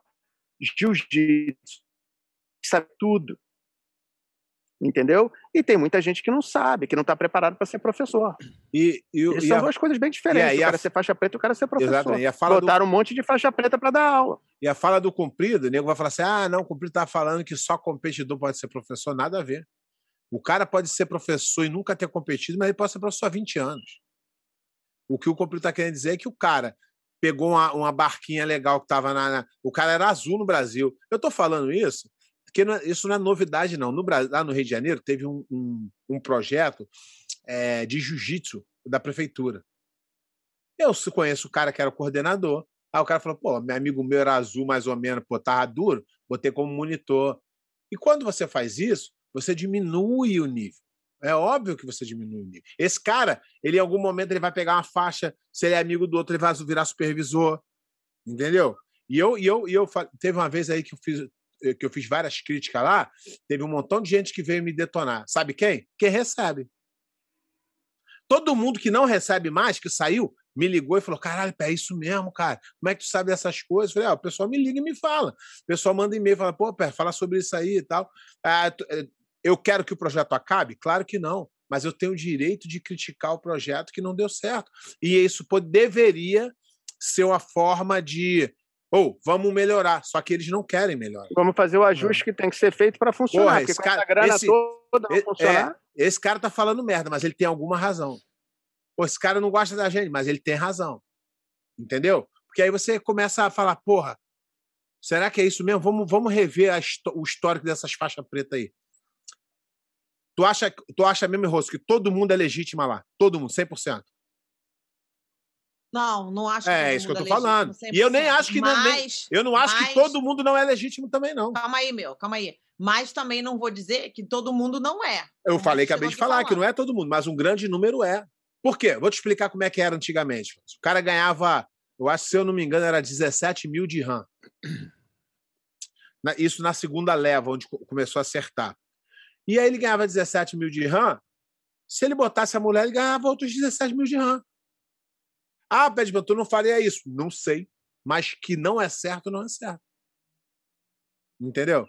Jiu-jitsu, sabe tudo. Entendeu? E tem muita gente que não sabe, que não está preparado para ser professor. São duas coisas bem diferentes. O cara ser faixa preta e o cara ser professor. Exatamente. Botaram um monte de faixa preta para dar aula. E a fala do Cumprido, o nego vai falar assim, não, o Cumprido tá falando que só competidor pode ser professor. Nada a ver. O cara pode ser professor e nunca ter competido, mas ele pode ser professor há 20 anos. O que o Cumprido está querendo dizer é que o cara pegou uma barquinha legal que estava O cara era azul no Brasil. Eu estou falando isso porque isso não é novidade, não. Lá no Rio de Janeiro teve um projeto de jiu-jitsu da prefeitura. Eu conheço o cara que era o coordenador. Aí o cara falou, pô, meu amigo meu era azul mais ou menos, pô, tava duro, botei como monitor. E quando você faz isso, você diminui o nível. É óbvio que você diminui o nível. Esse cara, ele em algum momento ele vai pegar uma faixa, se ele é amigo do outro, ele vai virar supervisor. Entendeu? E eu teve uma vez aí que eu fiz várias críticas lá, teve um montão de gente que veio me detonar. Sabe quem? Quem recebe. Todo mundo que não recebe mais, que saiu, me ligou e falou, caralho, é isso mesmo, cara. Como é que tu sabe dessas coisas? Eu falei, o pessoal me liga e me fala. O pessoal manda e-mail e fala, pô, fala sobre isso aí e tal. Eu quero que o projeto acabe? Claro que não. Mas eu tenho o direito de criticar o projeto que não deu certo. E isso deveria ser uma forma de... vamos melhorar. Só que eles não querem melhorar. Vamos fazer o ajuste que tem que ser feito para funcionar. Porra, porque com essa grana toda não funcionar... Esse cara tá falando merda, mas ele tem alguma razão. Pô, esse cara não gosta da gente, mas ele tem razão. Entendeu? Porque aí você começa a falar, porra, será que é isso mesmo? Vamos rever o histórico dessas faixas pretas aí. Tu acha mesmo, Rosso, que todo mundo é legítimo lá? Todo mundo, 100%? Não acho que é isso que eu tô falando. 100%. E eu nem acho que eu não acho que todo mundo não é legítimo também, não. Calma aí. Mas também não vou dizer que todo mundo não é. Eu acabei de falar que não é todo mundo, mas um grande número é. Por quê? Vou te explicar como é que era antigamente. O cara ganhava, eu acho que se eu não me engano, era 17 mil dirham. Isso na segunda leva, onde começou a acertar. E aí ele ganhava 17 mil dirham. Se ele botasse a mulher, ele ganhava outros 17 mil dirham. Pedro, tu não faria isso. Não sei. Mas que não é certo, não é certo. Entendeu?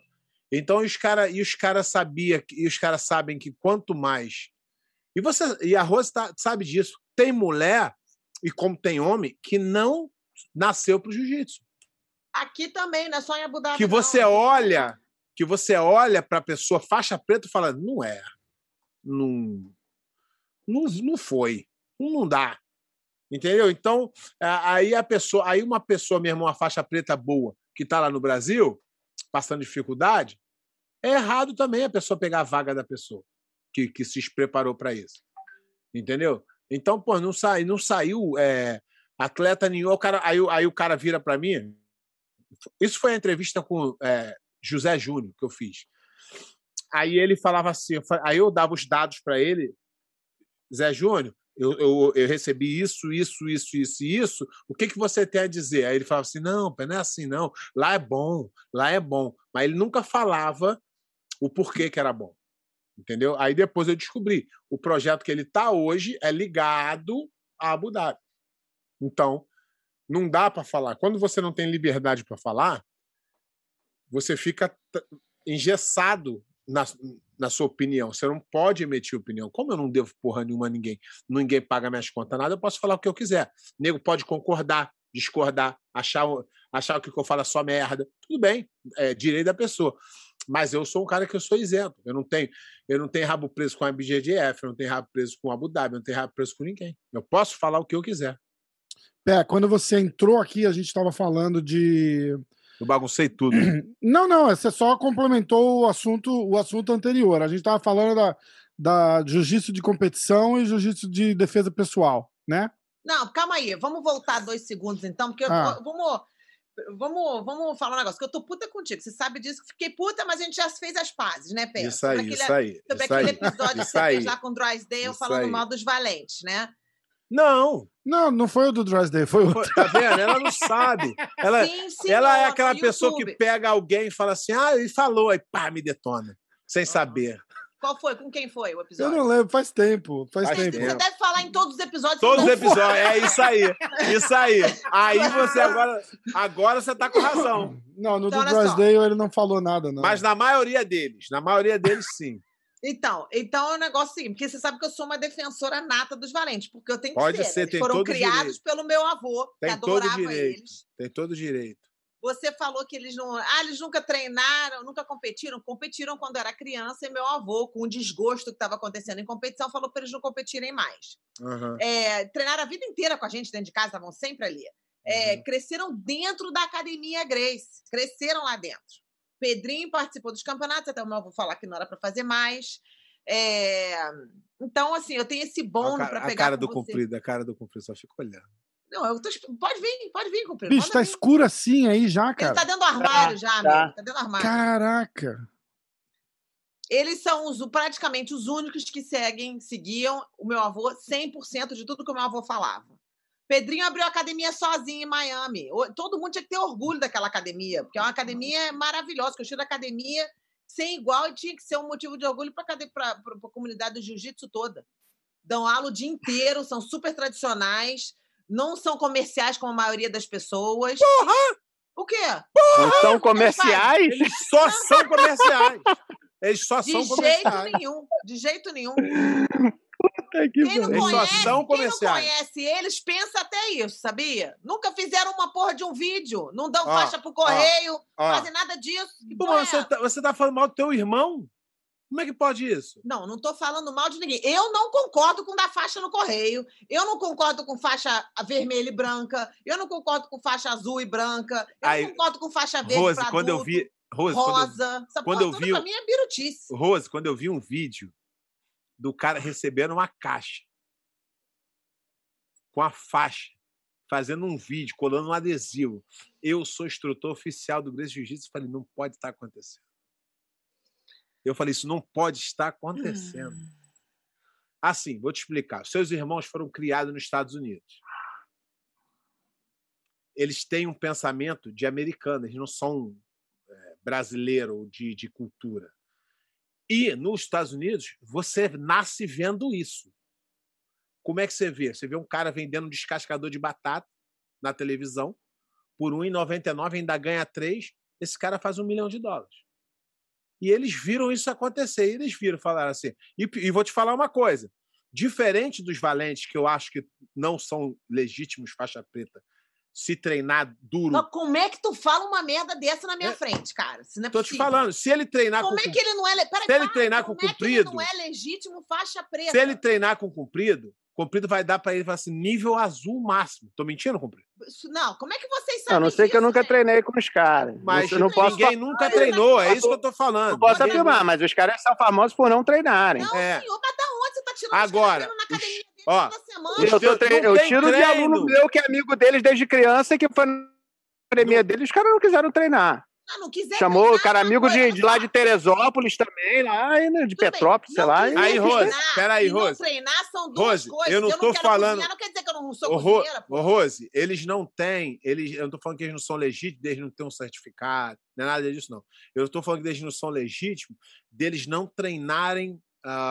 Então os caras sabem que quanto mais. E a Rose sabe disso. Tem mulher, e como tem homem, que não nasceu pro jiu-jitsu. Aqui também, não é só em Abu Dhabi. Que você olha para a pessoa faixa preta e fala, não é. Não foi. Não dá. Entendeu? Então, aí uma pessoa mesmo, uma faixa preta boa, que está lá no Brasil, passando dificuldade, é errado também a pessoa pegar a vaga da pessoa que se preparou para isso. Entendeu? Então, pô, não saiu atleta nenhum. Aí o cara vira para mim. Isso foi a entrevista com José Júnior que eu fiz. Aí ele falava assim, aí eu dava os dados para ele, Zé Júnior, eu recebi isso, o que você tem a dizer? Aí ele falava assim, não é assim não, lá é bom. Mas ele nunca falava o porquê que era bom, entendeu? Aí depois eu descobri, o projeto que ele está hoje é ligado a Abu Dhabi. Então, não dá para falar. Quando você não tem liberdade para falar, você fica engessado na sua opinião. Você não pode emitir opinião. Como eu não devo porra nenhuma a ninguém paga minhas contas, nada, eu posso falar o que eu quiser. O nego pode concordar, discordar, achar que o que eu falo é só merda. Tudo bem, é direito da pessoa. Mas eu sou um cara que eu sou isento. Eu não tenho rabo preso com a BJJF, eu não tenho rabo preso com a Abu Dhabi, eu não tenho rabo preso com ninguém. Eu posso falar o que eu quiser. Quando você entrou aqui, a gente estava falando de... Eu baguncei tudo. Não, você só complementou o assunto anterior. A gente estava falando da jiu-jitsu de competição e jiu-jitsu de defesa pessoal, né? Não, calma aí. Vamos voltar 2 segundos, então, porque vamos falar um negócio, que eu tô puta contigo. Você sabe disso, que fiquei puta, mas a gente já fez as pazes, né, Pedro? Isso aí. Sobre aquele episódio que você fez lá com o Drysdale falando mal dos valentes, né? Não foi o do Drysdale, foi o outro. Tá vendo? Ela não sabe. Ela é aquela pessoa que pega alguém e fala assim, ele falou, aí pá, me detona, sem saber. Qual foi? Com quem foi o episódio? Eu não lembro, faz tempo. Você deve falar em todos os episódios. Todos os episódios, é isso aí. Aí você agora você tá com razão. Não, no do Drysdale ele não falou nada, não. Mas na maioria deles sim. Então é um negócio assim, porque você sabe que eu sou uma defensora nata dos valentes, porque eu tenho que Pode ser. Eles foram criados direito. Pelo meu avô, que adorava eles. Tem todo direito. Você falou que eles nunca treinaram, nunca competiram. Competiram quando era criança e meu avô, com o desgosto que estava acontecendo em competição, falou para eles não competirem mais. Uhum. Treinaram a vida inteira com a gente dentro de casa, estavam sempre ali. Cresceram dentro da Academia Gracie, cresceram lá dentro. Pedrinho participou dos campeonatos, até o meu avô falar que não era para fazer mais. Então, assim, eu tenho esse bônus para pegar. A cara do Comprido, só fico olhando. Não, pode vir, Comprido. Bicho, tá escuro assim aí já, cara. Ele tá dentro do armário já, amigo. Tá dentro do armário. Caraca! Eles são praticamente os únicos que seguiam o meu avô 100% de tudo que o meu avô falava. Pedrinho abriu a academia sozinho em Miami. Todo mundo tinha que ter orgulho daquela academia, porque é uma academia maravilhosa, que eu tiro da academia sem igual e tinha que ser um motivo de orgulho para a comunidade do jiu-jitsu toda. Dão aula o dia inteiro, são super tradicionais, não são comerciais como a maioria das pessoas. Porra! O quê? Porra! Não são comerciais? Eles só são comerciais. Eles só são comerciais. De jeito nenhum. Quem não conhece eles, pensa até isso, sabia? Nunca fizeram uma porra de um vídeo, não dão faixa pro correio, fazem nada disso. Você tá falando mal do teu irmão? Como é que pode isso? Não tô falando mal de ninguém. Eu não concordo com dar faixa no correio, eu não concordo com faixa vermelha e branca, eu não concordo com faixa azul e branca, eu não concordo com faixa verde Rosa, pra adulto, quando eu vi, rosa. Quando eu vi, pra mim é birutice. Rose, quando eu vi um vídeo do cara recebendo uma caixa com a faixa, fazendo um vídeo, colando um adesivo. Eu sou instrutor oficial do Gracie Jiu-Jitsu. Falei, não pode estar acontecendo. Eu falei, isso não pode estar acontecendo. Assim, vou te explicar. Seus irmãos foram criados nos Estados Unidos. Eles têm um pensamento de americano, eles não são brasileiro de cultura. E nos Estados Unidos, você nasce vendo isso. Como é que você vê? Você vê um cara vendendo um descascador de batata na televisão, por R$1,99, ainda ganha 3, esse cara faz $1 milhão. E eles viram isso acontecer. E eles falaram assim. E vou te falar uma coisa. Diferente dos valentes, que eu acho que não são legítimos faixa preta, se treinar duro... Mas como é que tu fala uma merda dessa na minha frente, cara? Se não é Tô te falando, se ele treinar como com... Como é que ele não é... Peraí, se ele treinar com comprido... Como é que ele não é legítimo faixa preta? Se ele treinar com comprido vai dar pra ele falar assim, nível azul máximo. Tô mentindo, comprido? Não, como é que vocês sabem Eu não sei disso, que eu nunca gente? treinei com os caras. Mas eu não posso ninguém nunca treinou, é isso que eu tô falando. Não posso afirmar, mas os caras são famosos por não treinarem. Não, senhor, mas da onde você tá tirando agora, na academia dele ó, toda semana? Eu tiro de aluno meu que é amigo deles desde criança, que foi na academia dele, os caras não quiseram treinar. Não quiser Chamou treinar, o cara amigo de lá de Teresópolis também, lá de Petrópolis, sei lá. Aí, Rose, peraí, Rose. Não treinar são duas coisas. Eu não tô falando... Cozinhar, não quer dizer que eu não sou cozinheira, pô. Rose, eles não têm... eu não tô falando que eles não são legítimos, deles não têm um certificado, não é nada disso, não. Eu tô falando que eles não são legítimos, deles não treinarem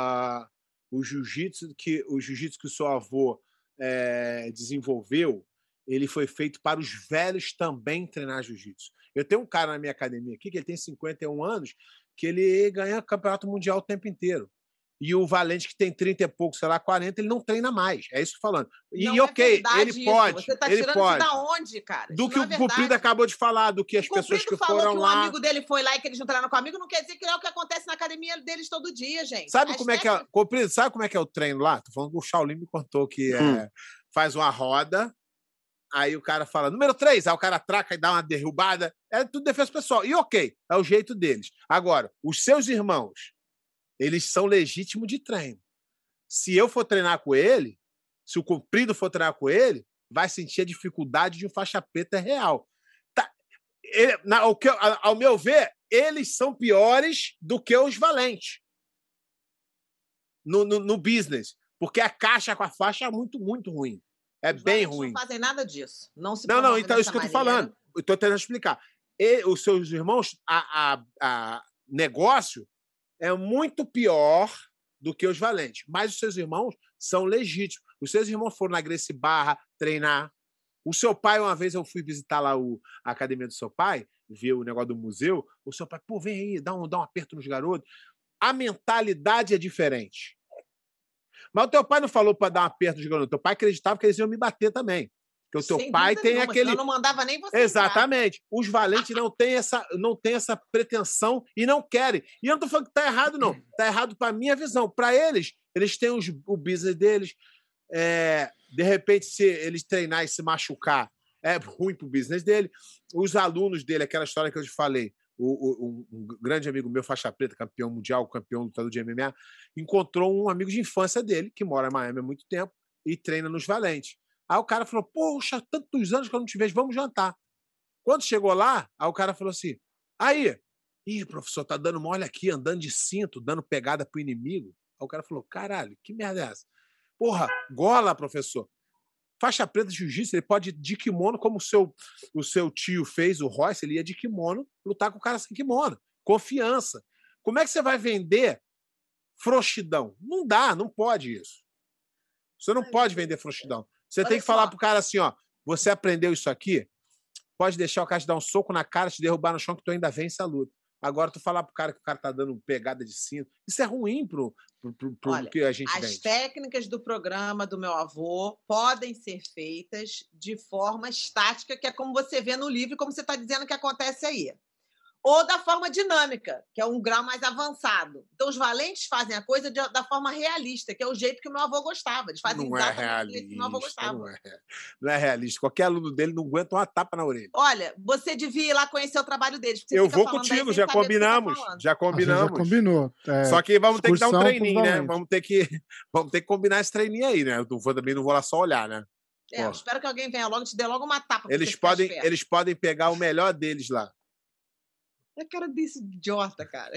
o jiu-jitsu que o seu avô desenvolveu. Ele foi feito para os velhos também treinar jiu-jitsu. Eu tenho um cara na minha academia aqui, que ele tem 51 anos, que ele ganha campeonato mundial o tempo inteiro. E o valente que tem 30 e pouco, sei lá, 40, ele não treina mais. É isso que eu tô falando. E ok, ele pode. Você tá ele tirando pode. isso da onde, cara? Do que o Cupido acabou de falar, do que as pessoas que foram lá... que um amigo dele foi lá e que eles não treinaram com o amigo, não quer dizer que é o que acontece na academia deles todo dia, gente. Sabe como é que é... Cupido, sabe como é que é o treino lá? Tô falando que o Shaolin me contou que faz uma roda... Aí o cara fala, número 3, aí o cara atraca e dá uma derrubada. É tudo defesa pessoal. E ok, é o jeito deles. Agora, os seus irmãos, eles são legítimos de treino. Se eu for treinar com ele, se o Comprido for treinar com ele, vai sentir a dificuldade de um faixa preta real. Tá. Ao meu ver, eles são piores do que os valentes no business. Porque a caixa com a faixa é muito, muito ruim. É bem ruim. Não fazem nada disso. Não, então é isso que eu tô falando. Eu tô tentando explicar. Os seus irmãos, a negócio é muito pior do que os valentes. Mas os seus irmãos são legítimos. Os seus irmãos foram na Gracie Barra treinar. O seu pai, uma vez eu fui visitar lá a academia do seu pai, ver o negócio do museu. O seu pai, pô, vem aí, dá um aperto nos garotos. A mentalidade é diferente. Mas o teu pai não falou para dar um aperto de garoto. Teu pai acreditava que eles iam me bater também. Porque o teu pai tem aquele... Eu não mandava nem você. Exatamente. Entrar. Os valentes não têm essa pretensão e não querem. E eu não estou falando que está errado, não. Está errado para a minha visão. Para eles têm o business deles. De repente, se eles treinar e se machucar, é ruim para o business dele. Os alunos dele, aquela história que eu te falei, um grande amigo meu, faixa preta, campeão mundial, campeão lutador de MMA, encontrou um amigo de infância dele, que mora em Miami há muito tempo, e treina nos valentes. Aí o cara falou, poxa, tantos anos que eu não te vejo, vamos jantar. Quando chegou lá, aí o cara falou assim, aí, professor, tá dando mole aqui, andando de cinto, dando pegada pro inimigo. Aí o cara falou, caralho, que merda é essa? Porra, gola, professor. Faixa preta de jiu-jitsu, ele pode ir de kimono, como o seu tio fez, o Royce, ele ia de kimono, lutar com o cara sem kimono. Confiança. Como é que você vai vender frouxidão? Não dá, não pode isso. Você não pode vender frouxidão. Você tem que falar pro cara assim, ó, você aprendeu isso aqui? Pode deixar o cara te dar um soco na cara, te derrubar no chão, que tu ainda vence a luta. Agora, tu falar pro cara que o cara tá dando pegada de cinto, isso é ruim pro que a gente vende. As técnicas do programa do meu avô podem ser feitas de forma estática, que é como você vê no livro, como você está dizendo que acontece aí. Ou da forma dinâmica, que é um grau mais avançado. Então, os valentes fazem a coisa da forma realista, que é o jeito que o meu avô gostava. Eles fazem exatamente o jeito que o meu avô gostava. Não é realista. Qualquer aluno dele não aguenta uma tapa na orelha. Olha, você devia ir lá conhecer o trabalho deles. Eu vou contigo, já combinamos. Já combinamos. Já combinou. Só que vamos ter que dar um treininho, né? Vamos ter que combinar esse treininho aí, né? Eu também não vou lá só olhar, né? Espero que alguém venha logo e te dê logo uma tapa. Eles podem pegar o melhor deles lá. É cara desse idiota, cara.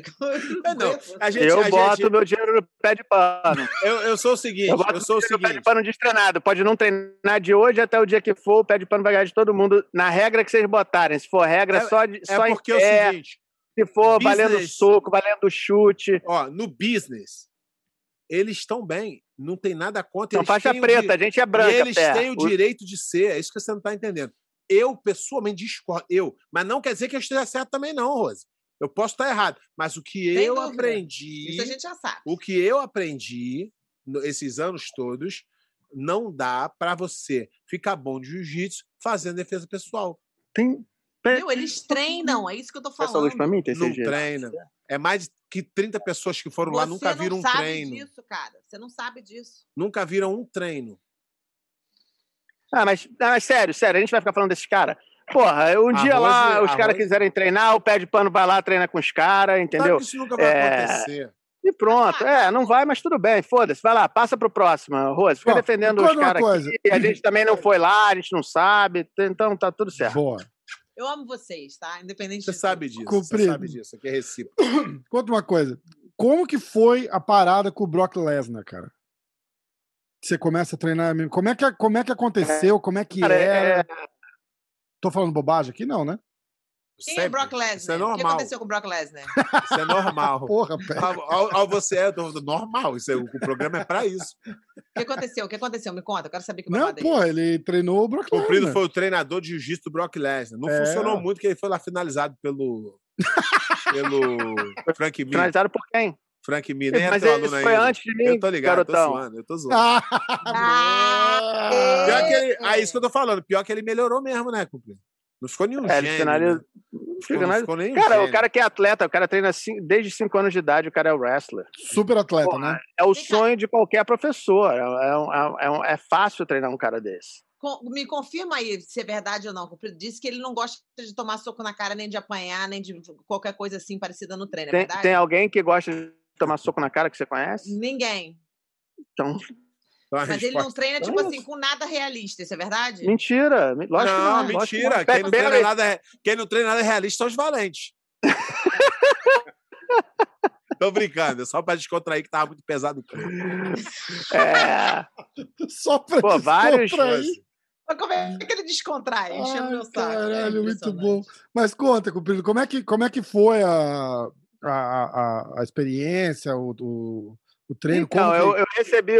Eu boto meu dinheiro no pé de pano. Eu sou o seguinte. Eu sou o seguinte. Pé de pano destreinado. Pode não treinar de hoje até o dia que for, o pé de pano vai ganhar de todo mundo na regra que vocês botarem. Se for regra, só porque é o seguinte. Se for valendo soco, valendo chute. Ó, no business, eles estão bem. Não tem nada contra. São faixa preta, a gente é branca. E eles têm o direito de ser. É isso que você não está entendendo. Eu, pessoalmente, discordo. Mas não quer dizer que eu esteja certo também, não, Rose. Eu posso estar errado, mas o que Sem eu dúvida. aprendi... Isso a gente já sabe. O que eu aprendi esses anos todos, não dá para você ficar bom de jiu-jitsu fazendo defesa pessoal. Viu? Eles treinam, é isso que eu tô falando. Essa luz pra mim, Não treina. É mais que 30 pessoas que foram lá nunca viram um treino. Você não sabe disso, cara. Você não sabe disso. Nunca viram um treino. Mas sério, a gente vai ficar falando desses caras? Porra, um dia lá, os caras quiserem treinar, o pé de pano vai lá, treina com os caras, entendeu? Sabe que isso nunca vai acontecer. E pronto. Não vai, mas tudo bem, foda-se. Vai lá, passa pro próximo, Rose. Fica defendendo os caras aqui. A gente também não foi lá, a gente não sabe. Então tá tudo certo. Boa. Eu amo vocês, tá? Independente Você sabe disso. Comprido. Você sabe disso. Aqui é recíproco. Conta uma coisa. Como que foi a parada com o Brock Lesnar, cara? Você começa a treinar... Como é que aconteceu? Como é que era? Tô falando bobagem aqui? Não, né? Quem é Brock Lesnar? Isso é normal. O que aconteceu com o Brock Lesnar? Isso é normal. Porra, pera. Você é normal. O programa é pra isso. O que aconteceu? Me conta. Eu quero saber que Não, pô, ele treinou o Brock Lesnar. Comprido foi o treinador de jiu-jitsu do Brock Lesnar. Não funcionou muito, porque ele foi lá finalizado pelo Frank Mir. Finalizado por quem? Frank Mir, nem mas é teu ele aluno foi ainda. antes de mim, Eu tô ligado, garotão. eu tô zoando. Pior que ele, isso que eu tô falando. Pior que ele melhorou mesmo, né, Comprido? Não ficou nenhum gênio. Né? Não ficou nenhum gênio. O cara que é atleta, o cara treina desde 5 anos de idade, o cara é o wrestler. Super atleta, né? É o sonho de qualquer professor. É fácil treinar um cara desse. Me confirma aí se é verdade ou não. Disse que ele não gosta de tomar soco na cara, nem de apanhar, nem de qualquer coisa assim parecida no treino, é verdade? Tem alguém que gosta de tomar soco na cara que você conhece? Ninguém. Então... Mas ele não treina, tipo assim, com nada realista, isso é verdade? Mentira. Lógico não, que mentira. Quem não treina nada realista são os valentes. Tô brincando, só pra descontrair que tava muito pesado o clima. Só pra vários. Mas como é que ele descontrai? Enchendo meu saco. Caralho, muito bom. Mas conta, Comprido, como é que foi a experiência, o treino? Então, eu recebi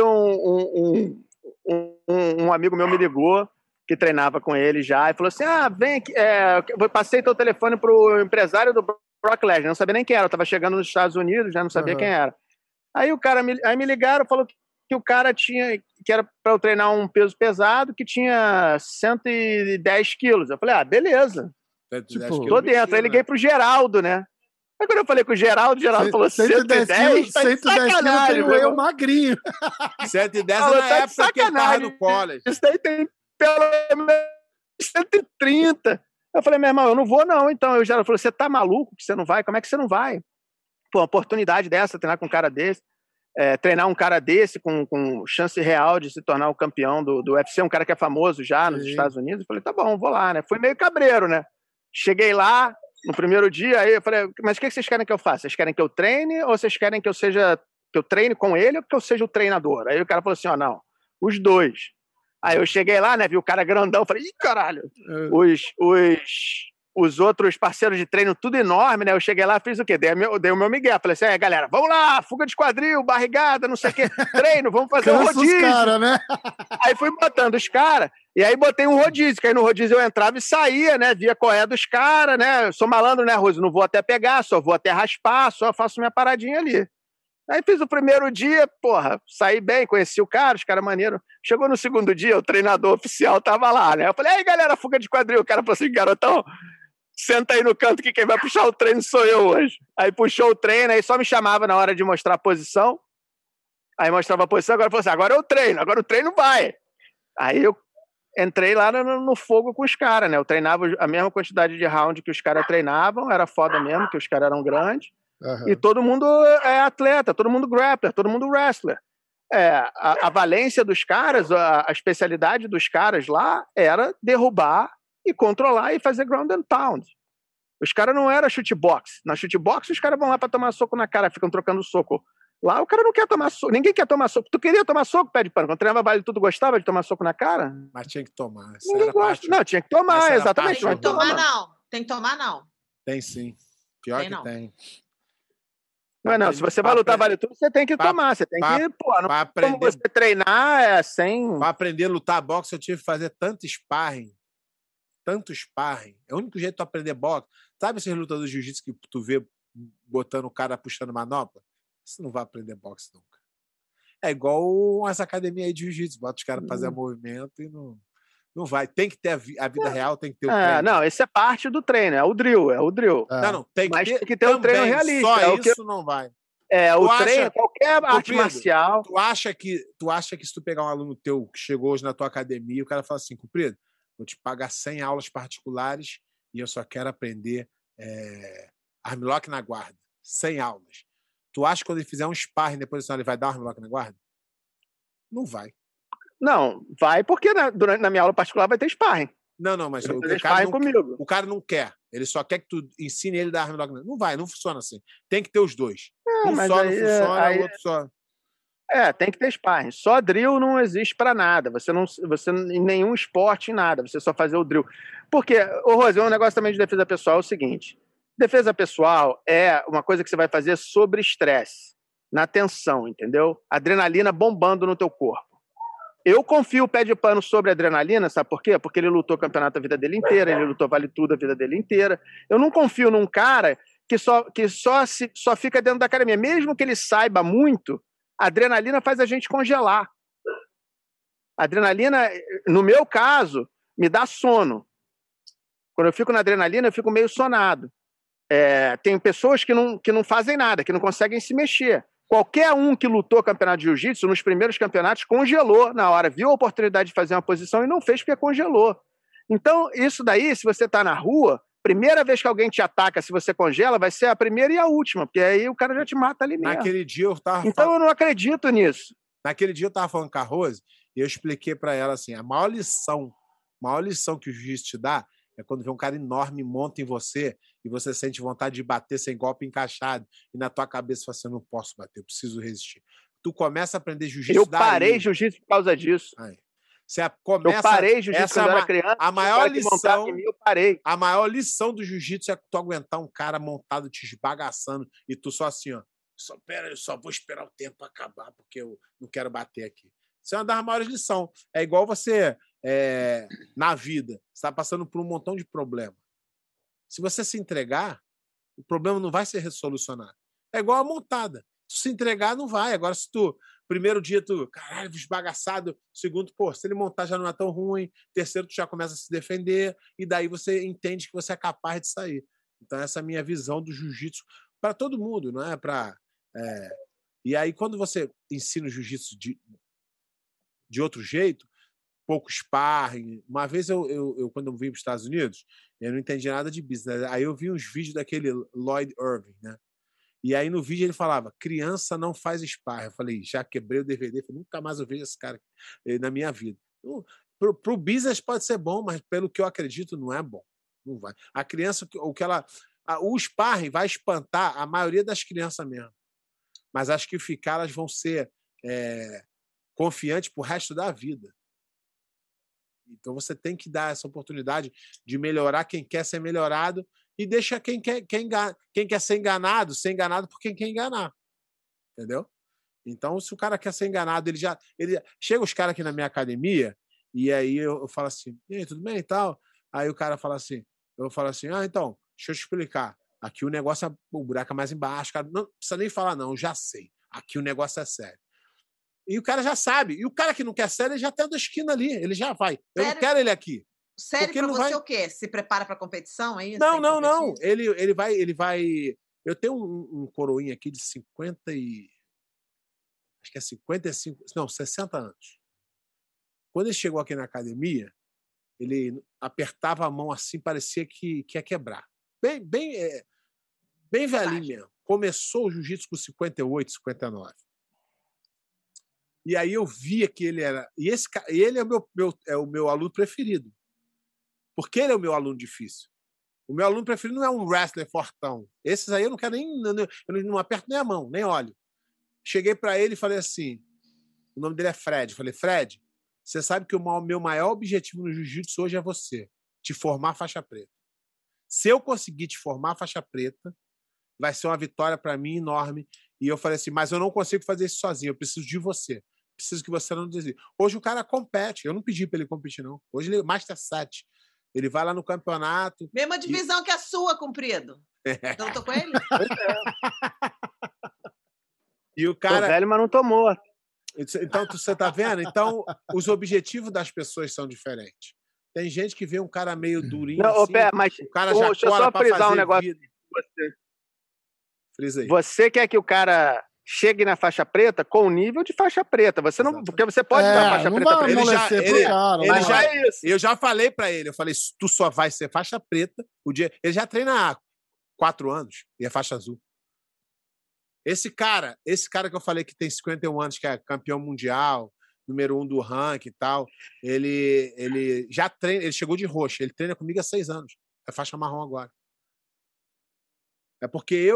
um amigo meu me ligou, que treinava com ele já, e falou assim, vem aqui, eu passei teu telefone pro empresário do Brock Lesnar, não sabia nem quem era, eu tava chegando nos Estados Unidos, já não sabia quem era. Aí me ligaram, falou que o cara tinha, que era para eu treinar um peso pesado, que tinha 110 quilos. Eu falei, beleza. Tô dentro. Aí liguei pro Geraldo, né? Aí quando eu falei com o Geraldo falou 110 quilos, 110 quilos tem eu magrinho. 110 na época que ele tava no college. Isso daí tem pelo menos 130. Eu falei, meu irmão, eu não vou não. Então o Geraldo falou, você tá maluco que você não vai? Como é que você não vai? Pô, uma oportunidade dessa, treinar com um cara desse, treinar um cara desse com chance real de se tornar o campeão do UFC, um cara que é famoso já nos Estados Unidos. Eu falei, tá bom, vou lá, né? Fui meio cabreiro, né? Cheguei lá, no primeiro dia, aí eu falei, mas o que vocês querem que eu faça? Vocês querem que eu treine ou vocês querem que eu treine com ele ou que eu seja o treinador? Aí o cara falou assim, não, os dois. Aí eu cheguei lá, né, vi o cara grandão, falei, ih, caralho, os outros parceiros de treino tudo enorme, né, eu cheguei lá, fiz o quê? Dei o meu migué, falei assim, galera, vamos lá, fuga de quadril, barrigada, não sei o quê, treino, vamos fazer um rodízio. Os cara, né? Aí fui botando os caras, e aí botei um rodízio, que aí no rodízio eu entrava e saía, né, via qual é dos caras, né, eu sou malandro, né, Rose, não vou até pegar, só vou até raspar, só faço minha paradinha ali. Aí fiz o primeiro dia, saí bem, conheci o cara, os caras maneiros. Chegou no segundo dia, o treinador oficial tava lá, né? Eu falei, aí galera, fuga de quadril. O cara falou assim, garotão, senta aí no canto que quem vai puxar o treino sou eu hoje. Aí puxou o treino, aí só me chamava na hora de mostrar a posição. Aí mostrava a posição, agora falou assim, agora o treino vai. Aí eu entrei lá no fogo com os caras, né? Eu treinava a mesma quantidade de round que os caras treinavam, era foda mesmo, que os caras eram grandes. E todo mundo é atleta, todo mundo grappler, todo mundo wrestler. A valência dos caras, a especialidade dos caras lá era derrubar e controlar e fazer ground and pound. Os caras não eram chute-box. Na chute-box os caras vão lá pra tomar soco na cara, ficam trocando soco. Lá o cara não quer tomar soco, ninguém quer tomar soco. Tu queria tomar soco, pé de pano? Quando treinava Vale Tudo, gostava de tomar soco na cara? Mas tinha que tomar. Ninguém gosta. Não, tinha que tomar, exatamente. Tem que tomar, não. Tem que tomar, não. Tem sim. Pior que tem. Não, se você vai lutar Vale Tudo, você tem que tomar. Você tem que, não aprender, como você treinar sem... Pra aprender a lutar boxe, eu tive que fazer tanto sparring. tanto sparring. É o único jeito de tu aprender boxe. Sabe esses lutadores de jiu-jitsu que tu vê botando o cara puxando manopla? Você não vai aprender boxe nunca. É igual as academias aí de jiu-jitsu. Bota os caras pra fazer movimento e não vai. Tem que ter a vida real, tem que ter o treino. Não, esse é parte do treino, é o drill. Não, tem que Mas ter, tem que ter um treino realista. Só isso não vai. Treino, qualquer arte marcial. Tu acha que se tu pegar um aluno teu que chegou hoje na tua academia, o cara fala assim, Comprido, vou te pagar 100 aulas particulares e eu só quero aprender armlock na guarda. 100 aulas. Tu acha que quando ele fizer um sparring depois ele vai dar armlock na guarda? Não vai. Não, vai porque na minha aula particular vai ter sparring. Não, mas o cara não quer. Ele só quer que tu ensine ele a dar armlock. Não vai, não funciona assim. Tem que ter os dois. Um só não funciona, o outro só. Tem que ter sparring. Só drill não existe pra nada. Você em nenhum esporte, em nada. Você só fazer o drill. Porque, Rose, um negócio também de defesa pessoal é o seguinte. Defesa pessoal é uma coisa que você vai fazer sobre estresse, na tensão, entendeu? Adrenalina bombando no teu corpo. Eu confio o pé de pano sobre a adrenalina, sabe por quê? Porque ele lutou campeonato a vida dele inteira, ele lutou vale tudo a vida dele inteira. Eu não confio num cara que só fica dentro da academia. Mesmo que ele saiba muito, a adrenalina faz a gente congelar. A adrenalina, no meu caso, me dá sono. Quando eu fico na adrenalina, eu fico meio sonado. Tem pessoas que não fazem nada, que não conseguem se mexer. Qualquer um que lutou campeonato de jiu-jitsu, nos primeiros campeonatos, congelou na hora, viu a oportunidade de fazer uma posição e não fez porque congelou. Então, isso daí, se você está na rua, primeira vez que alguém te ataca, se você congela, vai ser a primeira e a última, porque aí o cara já te mata ali mesmo. Naquele dia eu tava Então eu não acredito nisso. Naquele dia eu estava falando com a Rose e eu expliquei para ela assim, a maior lição que o jiu-jitsu te dá é quando vê um cara enorme monta em você e você sente vontade de bater sem golpe encaixado e na tua cabeça você não posso bater, eu preciso resistir. Tu começa a aprender jiu-jitsu. Eu parei jiu-jitsu por causa disso. Aí. Você começa, eu parei jiu-jitsu quando eu era criança. A maior lição, em mim, eu parei. A maior lição do jiu-jitsu é tu aguentar um cara montado te esbagaçando e tu só assim, ó. Eu só vou esperar o tempo acabar porque eu não quero bater aqui. Isso é uma das maiores lições. É igual você na vida. Você está passando por um montão de problemas. Se você se entregar, o problema não vai ser resolucionado. É igual a montada. Se se entregar, não vai. Agora, se tu, primeiro dia, caralho, esbagaçado. Segundo, se ele montar já não é tão ruim. Terceiro, tu já começa a se defender. E daí você entende que você é capaz de sair. Então, essa é a minha visão do jiu-jitsu para todo mundo, não é para... E aí, quando você ensina o jiu-jitsu de outro jeito, pouco sparring. Uma vez, quando eu vim para os Estados Unidos, eu não entendi nada de business. Aí eu vi uns vídeos daquele Lloyd Irving, né? E aí no vídeo ele falava, criança não faz sparring. Eu falei, já quebrei o DVD, falei, nunca mais eu vejo esse cara na minha vida. Pro business pode ser bom, mas pelo que eu acredito, não é bom. Não vai. A criança, o sparring vai espantar a maioria das crianças mesmo. Mas acho que elas vão ser confiantes pro resto da vida. Então você tem que dar essa oportunidade de melhorar quem quer ser melhorado e deixa quem quer ser enganado por quem quer enganar. Entendeu? Então, se o cara quer ser enganado, ele chega os caras aqui na minha academia e aí eu falo assim, e aí, tudo bem e tal? Aí o cara fala assim, eu falo assim, então, deixa eu te explicar. Aqui o negócio, o buraco é mais embaixo, cara, não precisa nem falar não, eu já sei. Aqui o negócio é sério. E o cara já sabe. E o cara que não quer sério, ele já tá da esquina ali. Ele já vai. Eu não quero ele aqui. Sério pra você o quê? Se prepara pra competição, é isso? Não. Ele vai... Eu tenho um coroinha aqui de 50 e... Acho que é 55... Não, 60 anos. Quando ele chegou aqui na academia, ele apertava a mão assim, parecia que ia quebrar. Bem velhinho mesmo. Começou o jiu-jitsu com 58, 59. E aí eu via que ele era... E ele é o meu aluno preferido. Porque ele é o meu aluno difícil. O meu aluno preferido não é um wrestler fortão. Esses aí eu não quero nem... Eu não aperto nem a mão, nem olho. Cheguei para ele e falei assim... O nome dele é Fred. Falei, Fred, você sabe que o meu maior objetivo no jiu-jitsu hoje é você. Te formar faixa preta. Se eu conseguir te formar faixa preta, vai ser uma vitória para mim enorme. E eu falei assim, mas eu não consigo fazer isso sozinho. Eu preciso de você. Preciso que você não desista. Hoje o cara compete. Eu não pedi para ele competir, não. Hoje ele é Master 7. Ele vai lá no campeonato. Mesma divisão que a sua, comprido. Então lutou com ele? E o cara... Tô velho, mas não tô morto. Então, você tá vendo? Então, os objetivos das pessoas são diferentes. Tem gente que vê um cara meio durinho não, assim, mas o cara já deixa eu só frisar um negócio. Vida. Frisa aí. Você quer que o cara chegue na faixa preta com o nível de faixa preta. Você não, porque você pode dar faixa preta para ele. Eu já falei para ele, eu falei, tu só vai ser faixa preta o dia. Ele já treina há 4 anos e é faixa azul. Esse cara que eu falei que tem 51 anos, que é campeão mundial, número 1 do ranking e tal, ele já treina, ele chegou de roxo, ele treina comigo há 6 anos. É faixa marrom agora. É porque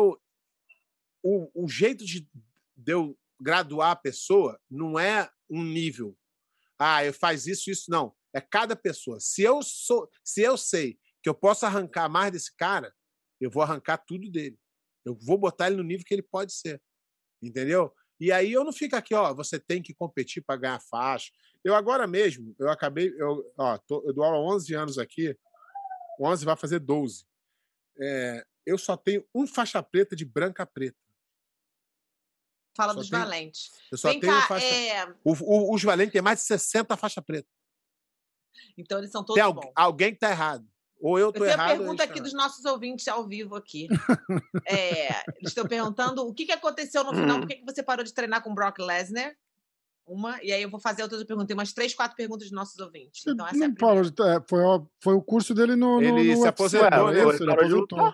o jeito de eu graduar a pessoa não é um nível. Eu faz isso, não. É cada pessoa. Se eu sei que eu posso arrancar mais desse cara, eu vou arrancar tudo dele. Eu vou botar ele no nível que ele pode ser. Entendeu? E aí eu não fico aqui, você tem que competir para ganhar faixa. Eu agora mesmo, eu dou aula há 11 anos aqui, 11 vai fazer 12. Eu só tenho um faixa preta de branca a preta. Fala dos valentes. Eu só tenho faixa... Os valentes têm mais de 60 faixa preta. Então eles são todos bons. Alguém que tá errado. Ou eu tô errado. Eu tenho a pergunta aqui dos nossos ouvintes ao vivo aqui. Eles estão perguntando o que aconteceu no final, por que você parou de treinar com o Brock Lesnar? E aí eu vou fazer outras perguntas. Tem umas 3, 4 perguntas dos nossos ouvintes. Então essa é a primeira. Foi o curso dele no Ele se aposentou. Ele aposentou.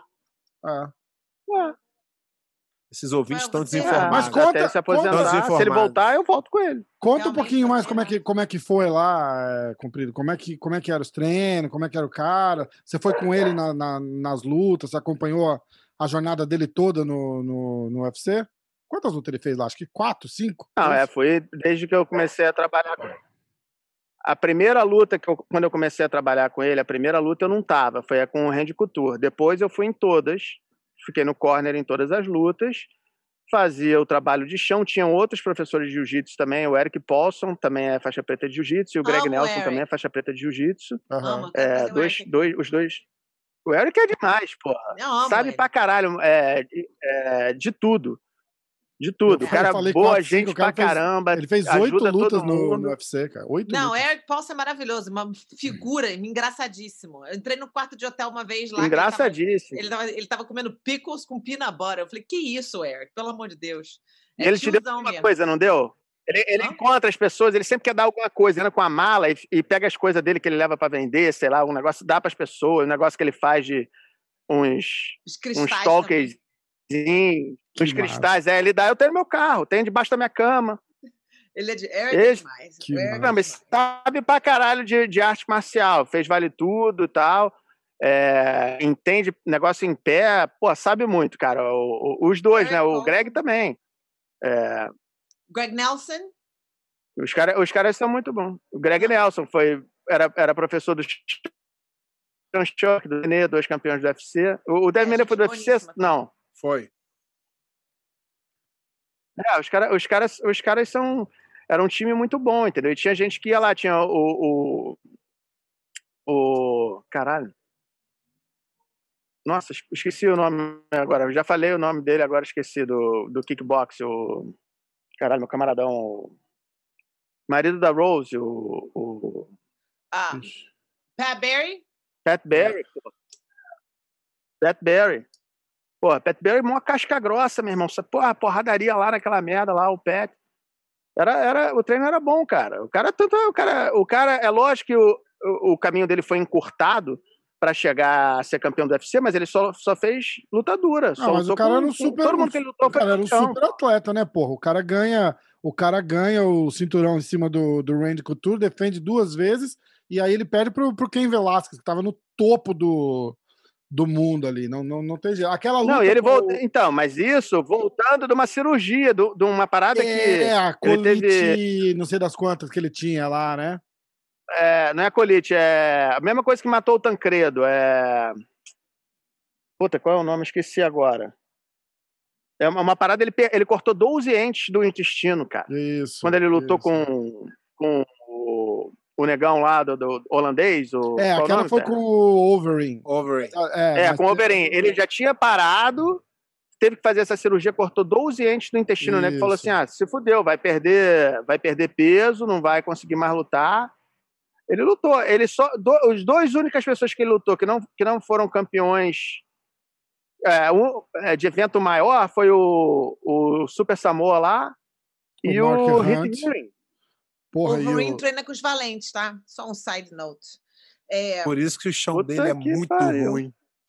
Esses ouvintes estão desinformados. Mas conta, se aposentar, se ele voltar, eu volto com ele. Conta um pouquinho mais como é que foi lá, Comprido. Como é que eram os treinos, como é que era o cara. Você foi com ele nas lutas, você acompanhou a jornada dele toda no UFC? Quantas lutas ele fez lá? Acho que 4, 5? Não, foi desde que eu comecei a trabalhar com ele. A primeira luta, quando eu comecei a trabalhar com ele, a primeira luta eu não tava, foi com o Randy Couture. Depois eu fui em todas, fiquei no corner em todas as lutas, fazia o trabalho de chão, tinham outros professores de jiu-jitsu também, o Eric Paulson também é faixa preta de jiu-jitsu, e o Greg Nelson também é faixa preta de jiu-jitsu. Os dois. O Eric é demais, porra. Sabe pra caralho, de tudo. De tudo. O cara boa gente pra caramba. Ele fez 8 lutas no UFC, cara. 8 lutas. O Eric Paulson é maravilhoso, uma figura engraçadíssimo. Eu entrei no quarto de hotel uma vez lá. Engraçadíssimo. Ele tava comendo pickles com peanut butter. Eu falei, que isso, Eric? Pelo amor de Deus. Ele te deu alguma coisa, não deu? Ele encontra as pessoas, ele sempre quer dar alguma coisa, anda com a mala e pega as coisas dele que ele leva pra vender, sei lá, um negócio, dá pras pessoas, um negócio que ele faz de uns talkers. Os cristais, ele dá, eu tenho no meu carro, tenho debaixo da minha cama. Ele é de Eric demais. Sabe pra caralho de arte marcial, fez vale tudo e tal, entende negócio em pé, sabe muito, cara. Os dois, Eric, né? O Greg também. Greg Nelson? Os caras são muito bons. O Greg Nelson era professor do Chuck, do Nenê, 2 campeões do UFC. O Dave Nenê foi do UFC? Não. Foi. Os caras era um time muito bom, entendeu? E tinha gente que ia lá, tinha caralho. Nossa, esqueci o nome agora. Eu já falei o nome dele, agora esqueci do kickbox, caralho, meu camaradão, o marido da Rose, Pat Barry? Pat Barry, pô. Pat Barry. Pat Barry é uma casca grossa, meu irmão. Porradaria lá naquela merda lá, o Pat. O treino era bom, cara. O cara é lógico que o caminho dele foi encurtado para chegar a ser campeão do UFC, mas ele só fez luta dura. Mas o cara era um super... Todo mundo que ele lutou foi campeão. Era um super atleta, né, porra? O cara ganha o cinturão em cima do Randy Couture, defende 2 vezes, e aí ele perde pro Cain Velasquez, que tava no topo do mundo ali, não tem jeito. Aquela luta... Não, e ele Então, mas isso voltando de uma cirurgia, de uma parada que... a colite, teve... não sei das quantas que ele tinha lá, né? Não é colite, é a mesma coisa que matou o Tancredo, Puta, qual é o nome? Esqueci agora. É uma parada, ele cortou 12 entes do intestino, cara. Isso. Quando ele lutou com o negão lá do holandês. Aquela foi com o Overeem. Overeem. Com o Overeem. Ele já tinha parado, teve que fazer essa cirurgia, cortou 12 entes do intestino negro e falou assim, se fudeu, vai perder peso, não vai conseguir mais lutar. Ele lutou. Os dois únicas pessoas que ele lutou que não foram campeões de evento maior foi o Super Samoa lá e o Heath Green. O Overeem treina com os valentes, tá? Só um side note. Por isso que o chão dele é muito ruim.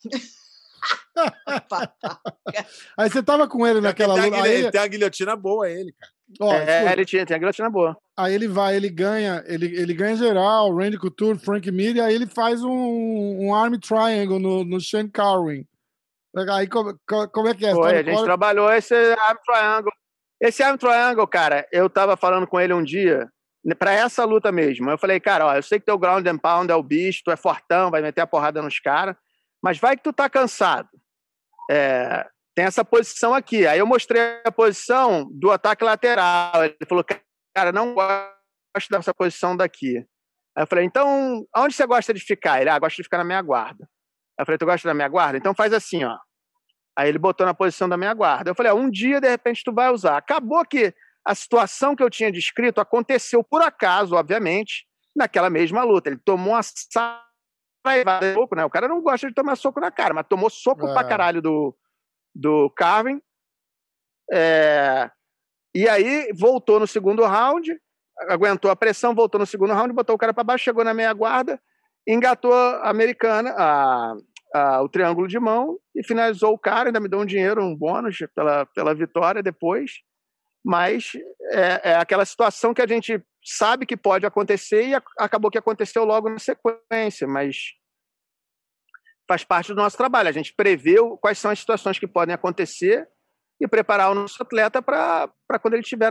Aí você tava com ele naquela luta. Ele tem uma guilhotina boa, ele, cara. Ele tem a guilhotina boa. Aí ele ganha geral, Randy Couture, Frank Mir, e aí ele faz um arm triangle no Shane Carwin. Aí como é que é? A gente trabalhou esse arm triangle. Esse arm triangle, cara, eu tava falando com ele um dia, pra essa luta mesmo. Eu falei, cara, eu sei que teu ground and pound é o bicho, tu é fortão, vai meter a porrada nos caras, mas vai que tu tá cansado. Tem essa posição aqui. Aí eu mostrei a posição do ataque lateral. Ele falou, cara, não gosto dessa posição daqui. Aí eu falei, então, onde você gosta de ficar? Ele, gosta de ficar na minha guarda. Aí eu falei, tu gosta da minha guarda? Então faz assim, ó. Aí ele botou na posição da minha guarda. Eu falei, um dia, de repente, tu vai usar. Acabou que a situação que eu tinha descrito aconteceu por acaso, obviamente, naquela mesma luta. Ele tomou uma saivada de soco, né? O cara não gosta de tomar soco na cara, mas tomou soco pra caralho do Carvin. E aí voltou no segundo round, aguentou a pressão, voltou no segundo round, botou o cara pra baixo, chegou na meia guarda, engatou a americana, o triângulo de mão e finalizou o cara, ainda me deu um dinheiro, um bônus pela vitória depois. Mas é aquela situação que a gente sabe que pode acontecer e acabou que aconteceu logo na sequência, mas faz parte do nosso trabalho. A gente prevê quais são as situações que podem acontecer e preparar o nosso atleta para quando ele estiver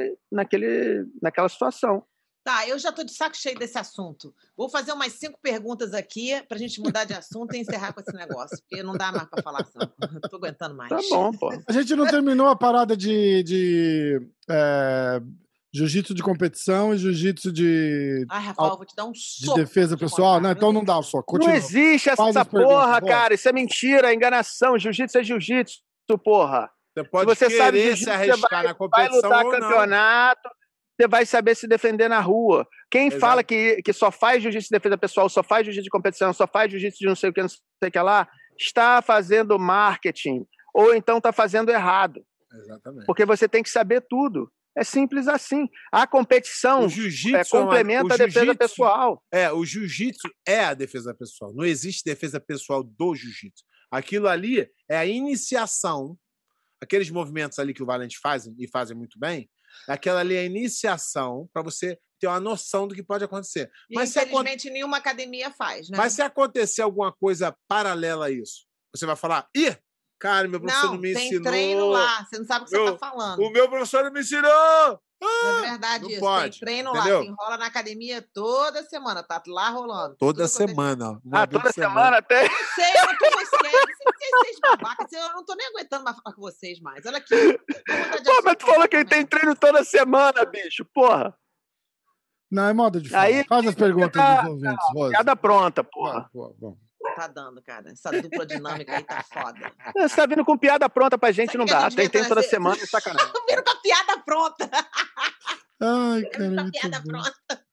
naquela situação. Tá, eu já tô de saco cheio desse assunto. Vou fazer umas 5 perguntas aqui pra gente mudar de assunto e encerrar com esse negócio, porque não dá mais pra falar assim. Não tô aguentando mais. Tá bom, pô. A gente não terminou a parada de jiu-jitsu de competição e jiu-jitsu de... Rafael, vou te dar um soco. De defesa pessoal? Não, então não dá o soco. Continua. Não existe essa porra, cara. Isso é mentira, é enganação. Jiu-jitsu é jiu-jitsu, porra. Você pode querer se arriscar na competição vai lutar ou campeonato, você vai saber se defender na rua. Quem fala que só faz jiu-jitsu de defesa pessoal, só faz jiu-jitsu de competição, só faz jiu-jitsu de não sei o que, não sei o que lá, está fazendo marketing ou então está fazendo errado. Exatamente. Porque você tem que saber tudo. É simples assim. A competição complementa a defesa pessoal. O jiu-jitsu é a defesa pessoal. Não existe defesa pessoal do jiu-jitsu. Aquilo ali é a iniciação. Aqueles movimentos ali que o Valente fazem, e fazem muito bem, aquela ali é a iniciação para você ter uma noção do que pode acontecer. Mas infelizmente nenhuma academia faz, né? Mas se acontecer alguma coisa paralela a isso, você vai falar, cara, meu professor não me ensinou. Tem treino lá, você não sabe o que você tá falando. O meu professor não me ensinou! Não é verdade isso, pode, tem treino entendeu? lá, tem rola na academia toda semana, tá lá rolando. Toda semana. Toda semana até? Eu sei, eu não tô vocês babacas, eu não tô nem aguentando mais falar com vocês mais. Olha aqui. Mas tu falou que ele tem treino toda semana, bicho, porra. Não, é moda de falar. Faz as perguntas dos ouvintes, Rosa. Piada pronta, porra. Tá dando, cara. Essa dupla dinâmica aí tá foda. Você tá vindo com piada pronta pra gente, não dá. Tem toda semana, é sacanagem. Vindo com a piada pronta. Ai, cara. Com a piada pronta.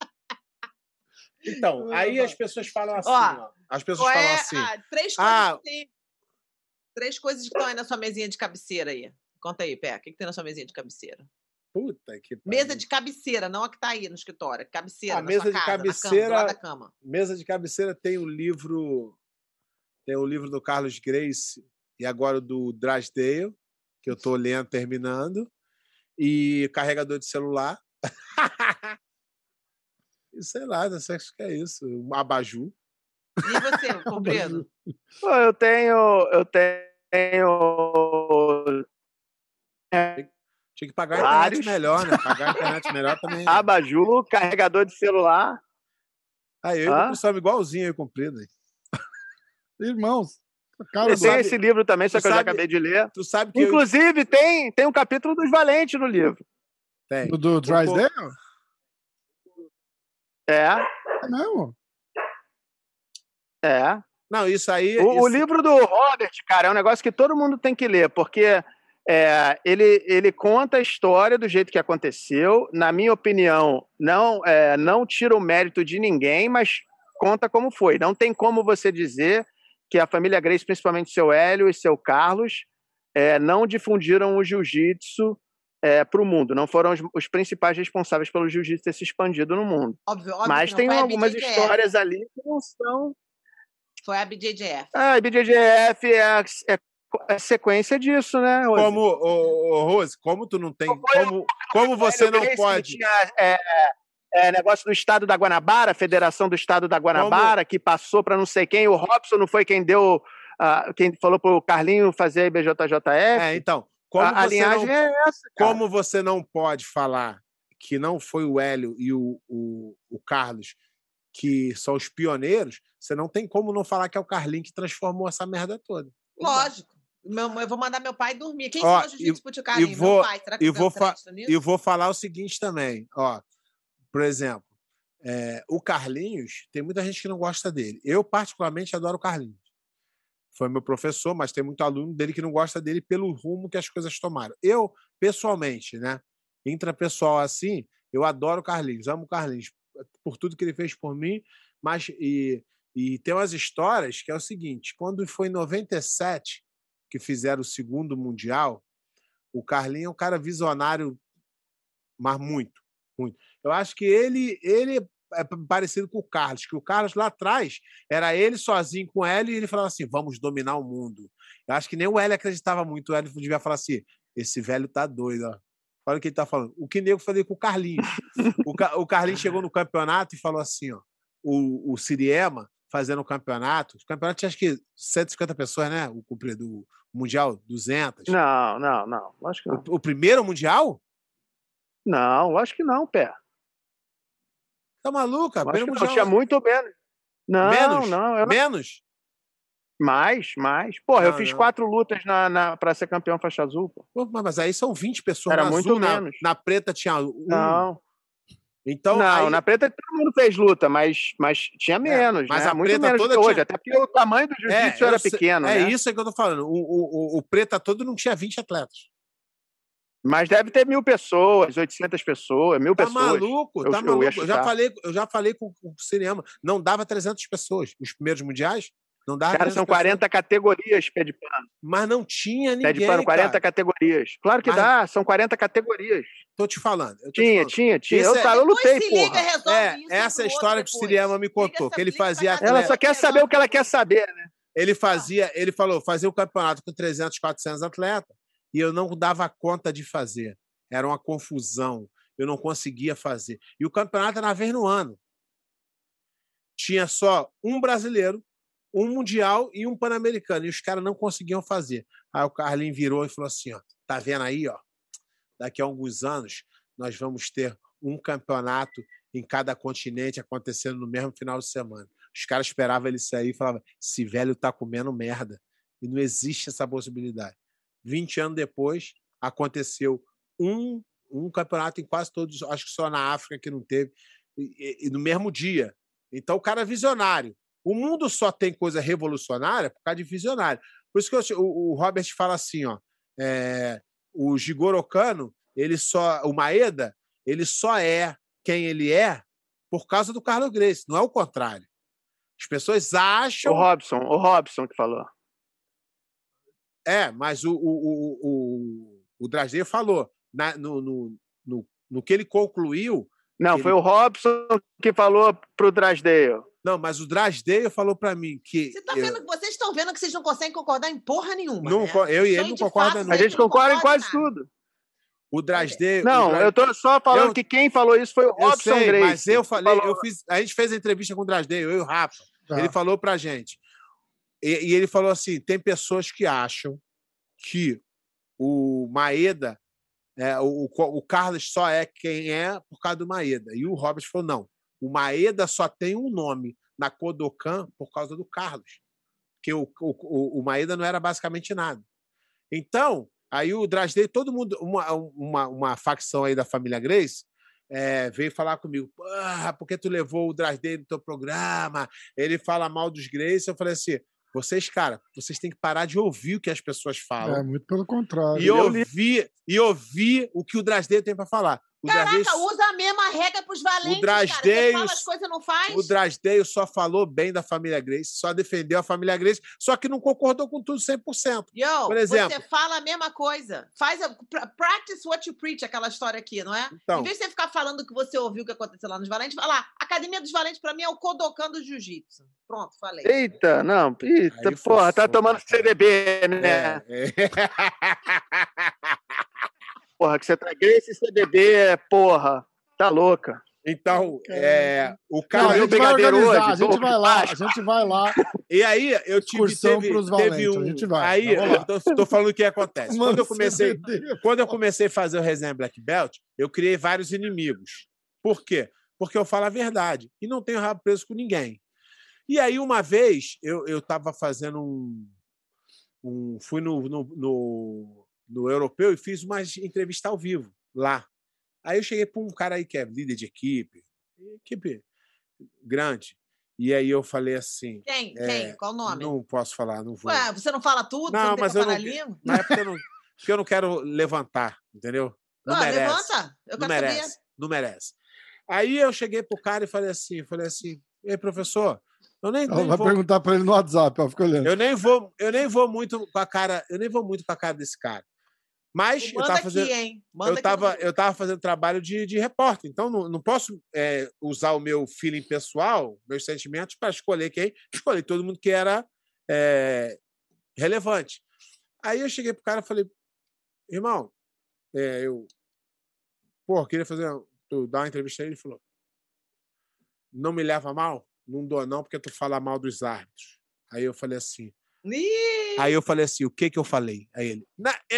Então, aí as pessoas falam assim, ó. As pessoas falam assim. Três coisas que estão aí na sua mesinha de cabeceira aí. Conta aí, Pé. O que tem na sua mesinha de cabeceira? Puta que pariu. Mesa de cabeceira, não a que tá aí no escritório. Cabeceira, na mesa sua de casa, cabeceira, na cama, do lado da cama. Mesa de cabeceira tem o livro do Carlos Grace e agora o do Drysdale, que eu tô lendo, terminando, e carregador de celular. E sei lá, não sei o que é isso. Um abajur. E você, Comprido? Eu tenho... Tinha que pagar a internet melhor, né? Pagar a internet melhor também. Abajur, carregador de celular. Aí eu somos igualzinho aí, Comprido. Irmãos. Eu tenho esse livro também, só que eu já acabei de ler. Tu sabe que inclusive, tem um capítulo dos Valentes no livro. Tem. Do Drysdale? É mesmo? É. Não, isso aí... O livro do Robert, cara, é um negócio que todo mundo tem que ler, porque ele conta a história do jeito que aconteceu. Na minha opinião, não tira o mérito de ninguém, mas conta como foi. Não tem como você dizer que a família Gracie, principalmente seu Hélio e seu Carlos, não difundiram o jiu-jitsu para o mundo. Não foram os principais responsáveis pelo jiu-jitsu ter se expandido no mundo. Óbvio mas tem algumas histórias ali que não são... Foi a BJJF. A BJJF é sequência disso, né, Rose? Rose, como tu não tem... Como você não pode... Tinha negócio do Estado da Guanabara, Federação do Estado da Guanabara, que passou para não sei quem. O Robson não foi quem deu... quem falou pro Carlinho fazer a IBJJF? Então... A linhagem é essa, cara. Como você não pode falar que não foi o Hélio e o Carlos que são os pioneiros, você não tem como não falar que é o Carlinho que transformou essa merda toda. Lógico. Eu vou mandar meu pai dormir. Quem ensinou jiu-jitsu pro tio Carlinho? Meu pai. Será que eu vou falar o seguinte também. Por exemplo, o Carlinhos, tem muita gente que não gosta dele. Eu, particularmente, adoro o Carlinhos. Foi meu professor, mas tem muito aluno dele que não gosta dele pelo rumo que as coisas tomaram. Eu, pessoalmente, né, intrapessoal assim, eu adoro o Carlinhos, amo o Carlinhos por tudo que ele fez por mim, mas e tem umas histórias que é o seguinte, quando foi em 97 que fizeram o segundo Mundial, o Carlinhos é um cara visionário, mas muito, muito. Eu acho que ele é parecido com o Carlos, que o Carlos lá atrás era ele sozinho com o Hélio e ele falava assim, vamos dominar o mundo. Eu acho que nem o Hélio acreditava muito, o Hélio devia falar assim, esse velho tá doido, ó. Olha o que ele tá falando. O que nego falei com o Carlinhos. O Carlinhos chegou no campeonato e falou assim, ó, o Siriema fazendo o campeonato tinha acho que 150 pessoas, né? O Mundial, 200. Não. Acho que não. O primeiro Mundial? Não, acho que não, pé. Tá maluco? Acho que não, tinha muito menos. Não. Menos? Mais. Porra, eu fiz 4 lutas pra ser campeão faixa azul. Pô, mas aí são 20 pessoas. Era na muito azul, menos. Na preta tinha 1. Não. Então, não, na preta todo mundo fez luta, mas tinha menos. Mas né? a muito preta menos toda hoje, tinha... até porque o tamanho do jiu-jitsu era pequeno. É né? isso que eu tô falando. O preta todo não tinha 20 atletas. Mas deve ter 1.000 pessoas, 800 pessoas, 1.000 pessoas. Tá maluco. Eu já falei com o cinema. Não dava 300 pessoas. Os primeiros mundiais, não dava. Cara, são 40 categorias, pé de pano. Mas não tinha ninguém, pé de pano, 40 categorias. Claro que dá, são 40 categorias. Tô te falando. Tinha. Eu lutei, porra. Essa é a história que o Siriema me contou, que ele fazia... Ela só quer saber o que ela quer saber, né? Ele falou, fazia um campeonato com 300, 400 atletas, e eu não dava conta de fazer. Era uma confusão. Eu não conseguia fazer. E o campeonato era uma vez no ano. Tinha só um brasileiro, um mundial e um pan-americano. E os caras não conseguiam fazer. Aí o Carlinhos virou e falou assim, ó, tá vendo aí, ó? Daqui a alguns anos, nós vamos ter um campeonato em cada continente acontecendo no mesmo final de semana. Os caras esperavam ele sair e falavam, esse velho tá comendo merda. E não existe essa possibilidade. 20 anos depois, aconteceu um campeonato em quase todos, acho que só na África que não teve, e no mesmo dia. Então, o cara é visionário. O mundo só tem coisa revolucionária por causa de visionário. Por isso que o Robert fala assim, ó, o Jigoro Kano, o Maeda, ele só é quem ele é por causa do Carlos Gracie, não é o contrário. As pessoas acham... O Robson que falou. Mas o Drasdeio falou, no que ele concluiu... Não, foi o Robson que falou pro Drasdeio. Não, mas o Drasdeio falou para mim que... Vocês estão vendo que vocês não conseguem concordar em porra nenhuma, não, né? Eu e ele não concordam. A gente concorda em quase tudo. O Drasdeio... Não, eu tô só falando que quem falou isso foi o Robson Gracie. Mas eu falei, a gente fez a entrevista com o Drasdeio, eu e o Rafa. Ele falou pra gente. E ele falou assim, tem pessoas que acham que o Maeda, o Carlos só é quem é por causa do Maeda. E o Robert falou, não, o Maeda só tem um nome na Kodokan por causa do Carlos. Porque o Maeda não era basicamente nada. Então, aí o Drasdeio, todo mundo, uma facção aí da família Gracie, veio falar comigo, por que tu levou o Drasdale no teu programa? Ele fala mal dos Grace. Eu falei assim, vocês têm que parar de ouvir o que as pessoas falam. Muito pelo contrário. E ouvir o que o Drasdale tem para falar. Caraca, usa a mesma regra pros valentes, cara. Você fala as coisas e não faz? O Drasdale só falou bem da família Grace, só defendeu a família Grace, só que não concordou com tudo 100%. Por exemplo, você fala a mesma coisa. Practice what you preach, aquela história aqui, não é? Então, em vez de você ficar falando que você ouviu o que aconteceu lá nos Valentes, vai lá. A Academia dos Valentes, pra mim, é o Kodokan do Jiu-Jitsu. Pronto, falei. Eita, porra, tá tomando CDB, né? Porra, que você tá Grace e CDB, porra. Tá louca. Então, o cara... a gente vai organizar, a gente vai lá. E aí, eu teve um... A gente vai. Aí, eu tô falando o que acontece. Quando eu comecei a fazer o Resenha Black Belt, eu criei vários inimigos. Por quê? Porque eu falo a verdade. E não tenho rabo preso com ninguém. E aí, uma vez, eu tava fazendo fui no Europeu e fiz uma entrevista ao vivo lá. Aí eu cheguei para um cara aí que é líder de equipe grande. E aí eu falei assim... Quem? Qual o nome? Não posso falar, não vou. Ué, você não fala tudo? Não, mas eu não... língua? Na época porque eu não quero levantar, entendeu? Não merece. Levanta. Eu quero saber. Não merece. Aí eu cheguei pro cara e falei assim, ei, professor, eu nem vai perguntar para ele no WhatsApp, fica olhando. Eu nem vou muito com a cara desse cara. Mas eu tava fazendo trabalho de repórter, então não posso usar o meu feeling pessoal, meus sentimentos, para escolher quem. Escolhi todo mundo que era relevante. Aí eu cheguei pro cara e falei, irmão, queria dar uma entrevista a ele. Ele falou, não me leva mal? Não dou não, porque tu fala mal dos árbitros. Aí eu falei assim... o que eu falei? Aí ele...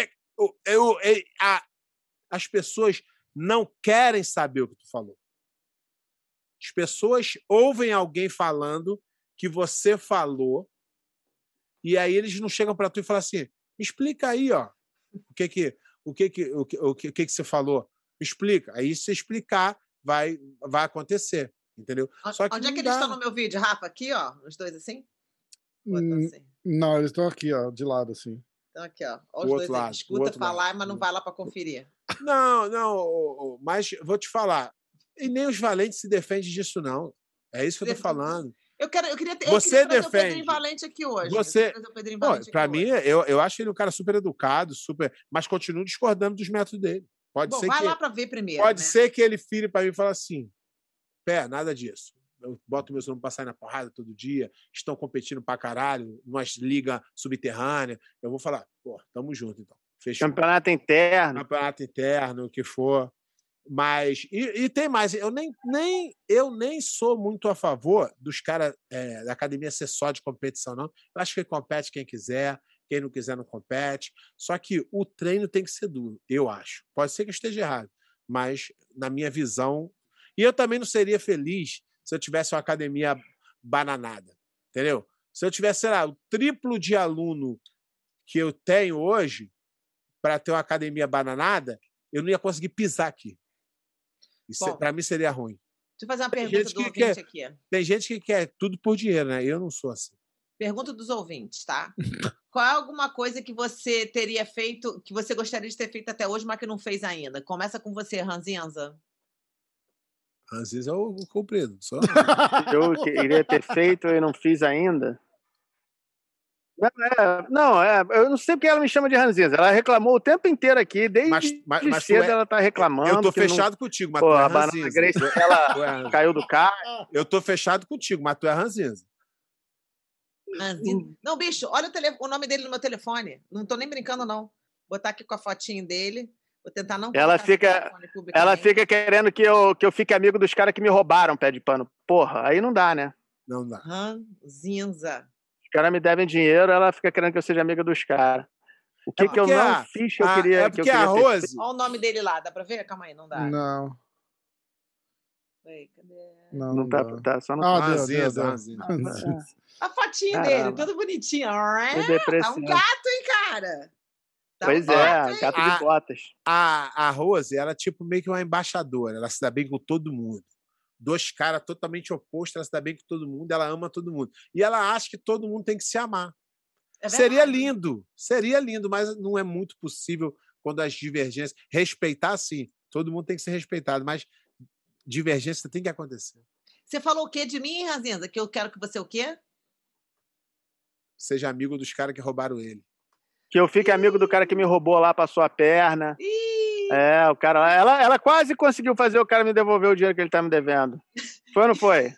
as pessoas não querem saber o que tu falou. As pessoas ouvem alguém falando que você falou e aí eles não chegam para tu e falam assim, me explica aí, ó, o que você falou. Me explica. Aí se explicar, vai acontecer. Entendeu? Só que onde é que eles estão no meu vídeo, Rafa? Aqui, ó, os dois assim? Assim? Não, eles estão aqui, ó, de lado, assim. Então aqui, ó. Os dois lado, escuta falar, mas não vai lá para conferir. Não, mas vou te falar. E nem os valentes se defendem disso, não. É isso que eu tô falando. Eu queria você defende. O Pedrinho Valente aqui hoje. Para mim, eu acho ele um cara super educado, mas continuo discordando dos métodos dele. Vai lá para ver primeiro. Pode ser que ele vire para mim e fale assim, nada disso. Eu boto meus nome pra sair na porrada todo dia, estão competindo pra caralho, umas ligas subterrâneas. Eu vou falar, tamo junto, então. Fechou. Campeonato interno, o que for. Mas, e tem mais, eu nem sou muito a favor dos caras da academia ser só de competição, não. Eu acho que compete quem quiser, quem não quiser não compete. Só que o treino tem que ser duro, eu acho. Pode ser que eu esteja errado, mas na minha visão... E eu também não seria feliz se eu tivesse uma academia bananada, entendeu? Se eu tivesse, sei lá, o triplo de aluno que eu tenho hoje, para ter uma academia bananada, eu não ia conseguir pisar aqui. Isso, para mim, seria ruim. Deixa eu fazer uma pergunta do ouvinte aqui. Tem gente que quer tudo por dinheiro, né? Eu não sou assim. Pergunta dos ouvintes, tá? Qual é alguma coisa que você teria feito, que você gostaria de ter feito até hoje, mas que não fez ainda? Começa com você, Ranzinza. Ranzinza é o comprido. Só... eu queria ter feito e não fiz ainda. Eu não sei porque ela me chama de Ranzinza. Ela reclamou o tempo inteiro aqui, desde cedo ela tá reclamando. Eu tô fechado contigo, mas tu é Ranzinza. Grace, ela caiu do carro. Eu tô fechado contigo, mas tu é Ranzinza. Não, bicho, olha o nome dele no meu telefone. Não tô nem brincando, não. Vou botar aqui com a fotinho dele. Vou tentar não... Ela fica querendo que eu fique amigo dos caras que me roubaram pé de pano. Porra, aí não dá, né? Não dá. Ranzinza. Os caras me devem dinheiro, ela fica querendo que eu seja amiga dos caras. O que eu não fiz que eu queria... É porque a Rose... Olha o nome dele lá, dá pra ver? Calma aí, não dá. Não. Cadê? Não tá só no... Ranzinza. A fotinha dele, todo bonitinho. Tá um gato, hein, cara? Então, pois é, gato de botas. A Rose, ela é tipo meio que uma embaixadora. Ela se dá bem com todo mundo. Dois caras totalmente opostos, ela se dá bem com todo mundo, ela ama todo mundo. E ela acha que todo mundo tem que se amar. Seria lindo, mas não é muito possível quando as divergências... Respeitar, sim, todo mundo tem que ser respeitado, mas divergência tem que acontecer. Você falou o quê de mim, Ranzinza? Que eu quero que você o quê? Seja amigo dos caras que roubaram ele. Que eu fique amigo do cara que me roubou lá, passou a perna. O cara... Ela quase conseguiu fazer o cara me devolver o dinheiro que ele tá me devendo. Foi ou não foi?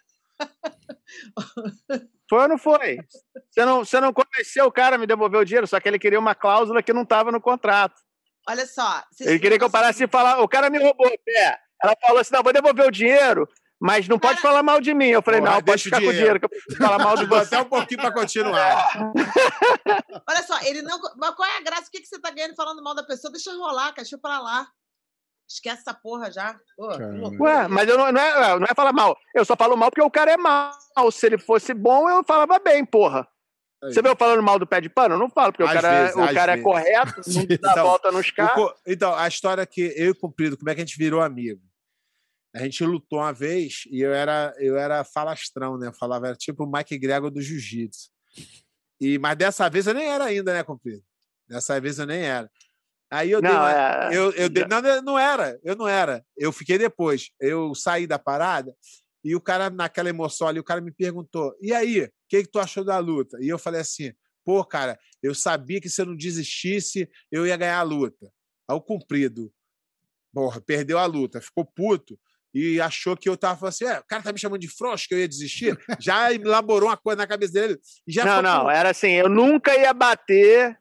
Foi ou não foi? Você não convenceu o cara a me devolver o dinheiro, só que ele queria uma cláusula que não estava no contrato. Olha só. Ele queria que eu parasse de falar, o cara me roubou, Ela falou assim, não, vou devolver o dinheiro, mas não pode falar mal de mim. Eu falei, não, pode ficar com o dinheiro, que eu preciso falar mal de você. Até um pouquinho para continuar. Olha só, ele não... Mas qual é a graça? O que você tá ganhando falando mal da pessoa? Deixa eu rolar, cara, deixa eu pra lá. Esquece essa porra já. Ué, mas eu não é falar mal. Eu só falo mal porque o cara é mal. Se ele fosse bom, eu falava bem, porra. Aí. Você viu eu falando mal do pé de pano? Eu não falo, porque o cara é correto, não dá volta nos caras. Então, a história é que eu e o Comprido, como é que a gente virou amigo? A gente lutou uma vez e eu era falastrão, né? Eu falava, era tipo o Mike Gregor do jiu-jitsu. Mas dessa vez eu nem era ainda, né, Comprido? Dessa vez eu nem era. Aí eu não era. Eu fiquei depois. Eu saí da parada e o cara, naquela emoção ali, o cara me perguntou: e aí, o que tu achou da luta? E eu falei assim: pô, cara, eu sabia que se eu não desistisse, eu ia ganhar a luta. Aí o Comprido, porra, perdeu a luta, ficou puto e achou que eu tava falando assim: o cara tá me chamando de frouxo, que eu ia desistir. Já elaborou uma coisa na cabeça dele. E já era assim: eu nunca ia bater.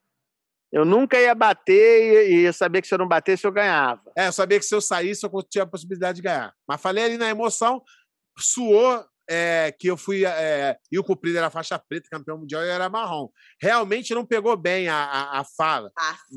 E eu sabia que se eu não batesse, eu ganhava. Eu sabia que se eu saísse, eu tinha a possibilidade de ganhar. Mas falei ali na emoção, suou que eu fui... e o Comprido era faixa preta, campeão mundial, e eu era marrom. Realmente não pegou bem a fala.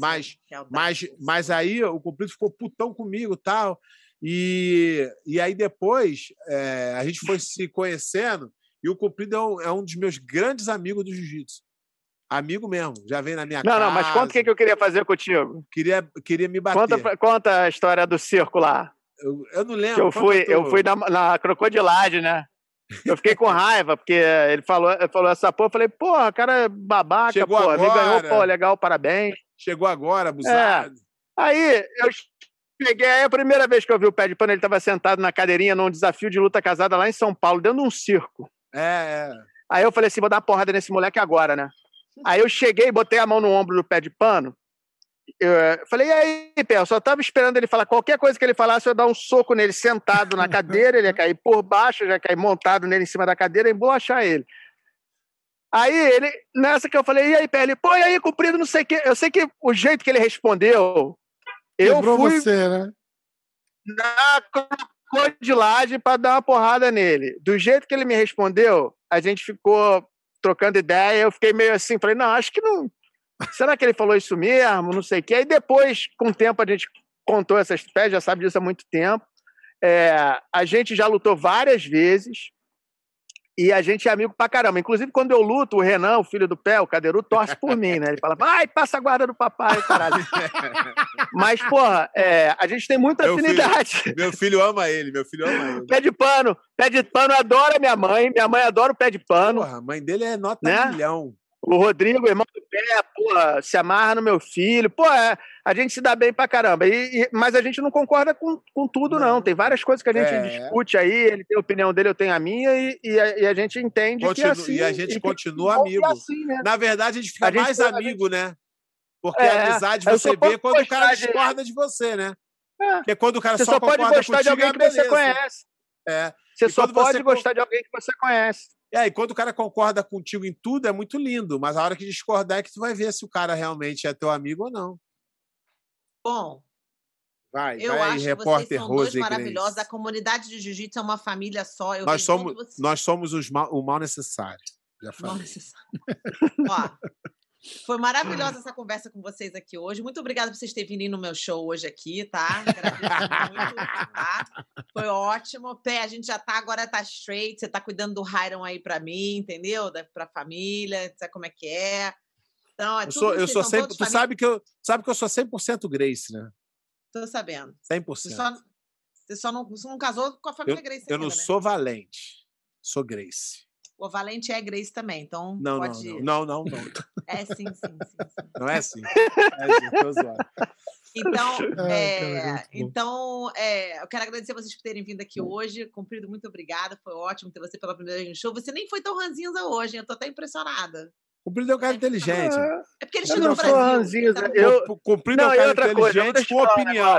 Mas aí o Comprido ficou putão comigo e tal. E aí depois a gente foi se conhecendo e o Comprido é um dos meus grandes amigos do jiu-jitsu. Amigo mesmo, já vem na minha casa. Não, mas conta o que eu queria fazer contigo. Queria me bater. Conta a história do circo lá. Eu não lembro. Eu fui na crocodilagem, né? Eu fiquei com raiva, porque ele falou essa porra. Eu falei, porra, cara é babaca, chegou porra. Agora. Me ganhou, pô, legal, parabéns. Chegou agora, abusado. Aí, eu peguei a primeira vez que eu vi o pé de pano, ele estava sentado na cadeirinha num desafio de luta casada lá em São Paulo, dentro de um circo. Aí eu falei assim, vou dar uma porrada nesse moleque agora, né? Aí eu cheguei, botei a mão no ombro do pé de pano. Eu falei, e aí, Pé? Eu só tava esperando ele falar qualquer coisa que ele falasse, eu ia dar um soco nele sentado na cadeira, ele ia cair por baixo, eu já ia cair montado nele em cima da cadeira e embolachar ele. Aí nessa que eu falei, e aí, Pé? Ele, pô, e aí, Comprido, não sei o quê. Eu sei que o jeito que ele respondeu, Quebrou você, né? Na crocodilagem pra dar uma porrada nele. Do jeito que ele me respondeu, a gente ficou trocando ideia, eu fiquei meio assim, falei, não, acho que não... Será que ele falou isso mesmo? Não sei o quê. Aí depois, com o tempo, a gente contou essas pés, já sabe disso há muito tempo. A gente já lutou várias vezes e a gente é amigo pra caramba. Inclusive, quando eu luto, o Renan, o filho do Pé, o Cadeirudo, torce por mim, né? Ele fala, vai, passa a guarda do papai, caralho. Mas, porra, a gente tem muita afinidade. Meu filho ama ele. Pé de pano adora minha mãe adora o pé de pano. Porra, a mãe dele é nota milhão. O Rodrigo, irmão do Pé, porra, se amarra no meu filho. Pô, a gente se dá bem pra caramba. Mas a gente não concorda com tudo, não. Tem várias coisas que a gente discute aí. Ele tem a opinião dele, eu tenho a minha. E a gente entende que é assim. E a gente continua amigo. Assim, né? Na verdade, a gente fica mais amigo, né? Porque a amizade você vê quando o cara discorda de você, né? Porque quando o cara só concorda pode gostar contigo, de alguém que você conhece. Você só pode gostar de alguém que você conhece. E quando o cara concorda contigo em tudo, é muito lindo. Mas a hora que discordar é que tu vai ver se o cara realmente é teu amigo ou não. Bom, eu acho que vocês são dois maravilhosos. A comunidade de jiu-jitsu é uma família só. Nós somos o mal necessário. Já falei. Ó, foi maravilhosa essa conversa com vocês aqui hoje. Muito obrigada por vocês terem vindo no meu show hoje aqui, tá? Agradeço muito, tá? Foi ótimo. Pé, a gente já agora tá straight. Você tá cuidando do Hiram aí pra mim, entendeu? Pra família, sabe como é que é? Então, eu sou sempre. Tu sabe que eu sou 100% Grace, né? Tô sabendo. 100%. Você só não casou com a família Grace ainda, eu não né? sou Valente. Sou Grace. O Valente é Grace também, então não, pode... Não. É sim. Não é assim? É assim, tô zoando. Então, eu quero agradecer vocês por terem vindo aqui hoje. Cumprido, muito obrigada. Foi ótimo ter você pela primeira vez no show. Você nem foi tão ranzinza hoje, hein? Eu tô até impressionada. Cumprido é um cara inteligente. É porque ele chegou no Brasil. Cumprido é um cara inteligente com opinião.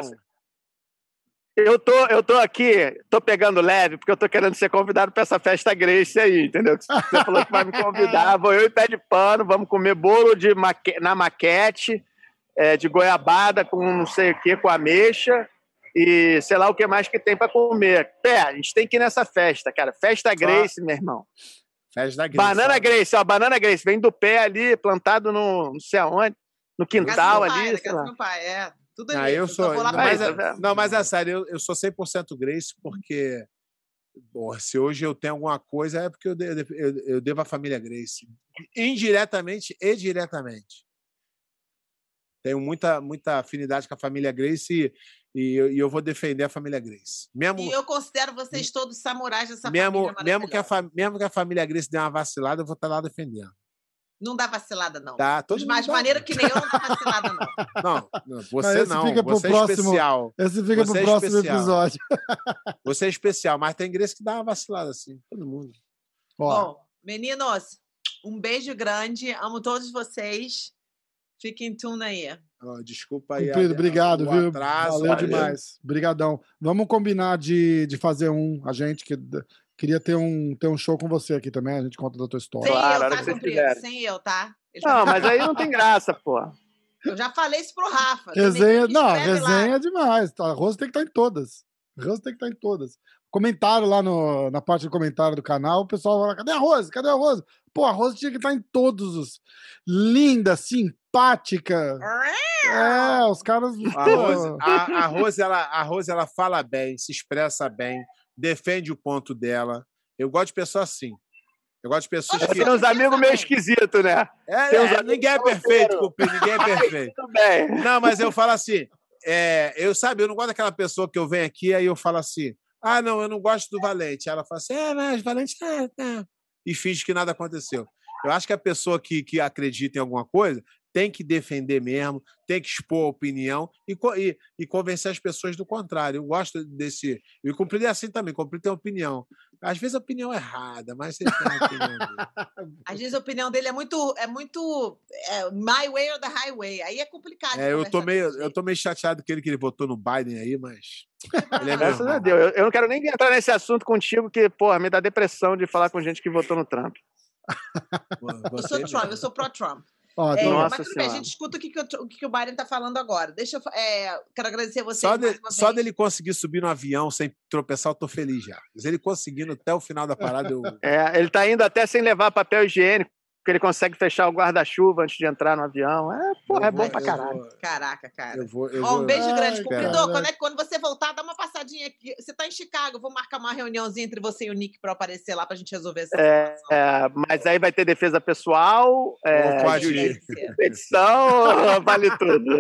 Eu tô aqui, tô pegando leve, porque eu tô querendo ser convidado para essa festa Grace aí, entendeu? Você falou que vai me convidar, vou eu e pé de pano, vamos comer bolo na maquete, de goiabada com não sei o que, com ameixa, e sei lá o que mais que tem para comer. A gente tem que ir nessa festa, cara. Festa Grace, meu irmão. Festa Grace. Banana Grace, ó, Banana Grace, vem do pé ali, plantado no não sei aonde, no quintal ali. Casa do meu pai, tudo ali. Eu sou. Mas é sério, eu sou 100% Grace porque se hoje eu tenho alguma coisa é porque eu devo à família Grace. Indiretamente e diretamente. Tenho muita afinidade com a família Grace e eu vou defender a família Grace. E eu considero vocês todos samurais dessa família maravilhosa. Mesmo que a família Grace dê uma vacilada, eu vou estar lá defendendo. Não dá vacilada, não. Tá, mas maneiro que nem eu não dá vacilada, não. Não, você não. Você é especial. Esse fica pro próximo episódio. Você é especial, mas tem Grace que dá uma vacilada, assim. Todo mundo. Bom, meninos, um beijo grande. Amo todos vocês. Fiquem tune aí. Desculpa aí. Cumprido, obrigado, viu? Atraso, valeu demais. Obrigadão. Vamos combinar de fazer a gente que... Queria ter um show com você aqui também, a gente conta da tua história. Sem eu, tá? Não, mas aí não tem graça, pô. Eu já falei isso pro Rafa. Resenha é demais. A Rose tem que estar em todas. Comentário lá na parte do comentário do canal, o pessoal fala, cadê a Rose? Pô, a Rose tinha que estar em todos os... Linda, simpática. Os caras... A Rose, ela fala bem, se expressa bem, defende o ponto dela. Eu gosto de pessoas assim. Eu gosto de pessoas que... Tem uns amigos meio esquisitos, né? Ninguém é perfeito, Cupim, ninguém é perfeito. Tudo bem. Não, mas eu falo assim, eu não gosto daquela pessoa que eu venho aqui, aí eu falo assim, não, eu não gosto do Valente. Ela fala assim, mas Valente... E finge que nada aconteceu. Eu acho que a pessoa que acredita em alguma coisa tem que defender mesmo, tem que expor a opinião e convencer as pessoas do contrário. Eu gosto desse... E o Cumprido é assim também, o Cumprido tem opinião. Às vezes a opinião é errada, mas você tem a opinião dele. Às vezes a opinião dele é muito my way or the highway. Aí é complicado. Eu tô meio chateado que ele votou no Biden aí, mas... Graças a Deus. Eu não quero nem entrar nesse assunto contigo, que, porra, me dá depressão de falar com gente que votou no Trump. Eu sou pró-Trump. Mas tudo bem, a gente escuta o que o Biden tá falando agora. Quero agradecer a vocês só dele conseguir subir no avião sem tropeçar, eu tô feliz já. Mas ele conseguindo até o final da parada, ele tá indo até sem levar papel higiênico, porque ele consegue fechar o guarda-chuva antes de entrar no avião. É bom pra caralho. Caraca, cara. Um beijo grande. Cumprido, quando você voltar, dá uma passadinha aqui. Você tá em Chicago, eu vou marcar uma reuniãozinha entre você e o Nick pra aparecer lá pra gente resolver essa situação. Mas aí vai ter defesa pessoal, edição, vale tudo.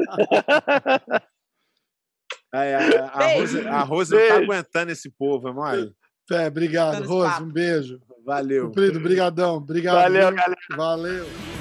A Rose não tá aguentando esse povo, irmão. Obrigado, Rose. Um beijo. Valeu. Cumprido, brigadão. Obrigado. Valeu, galera. Valeu.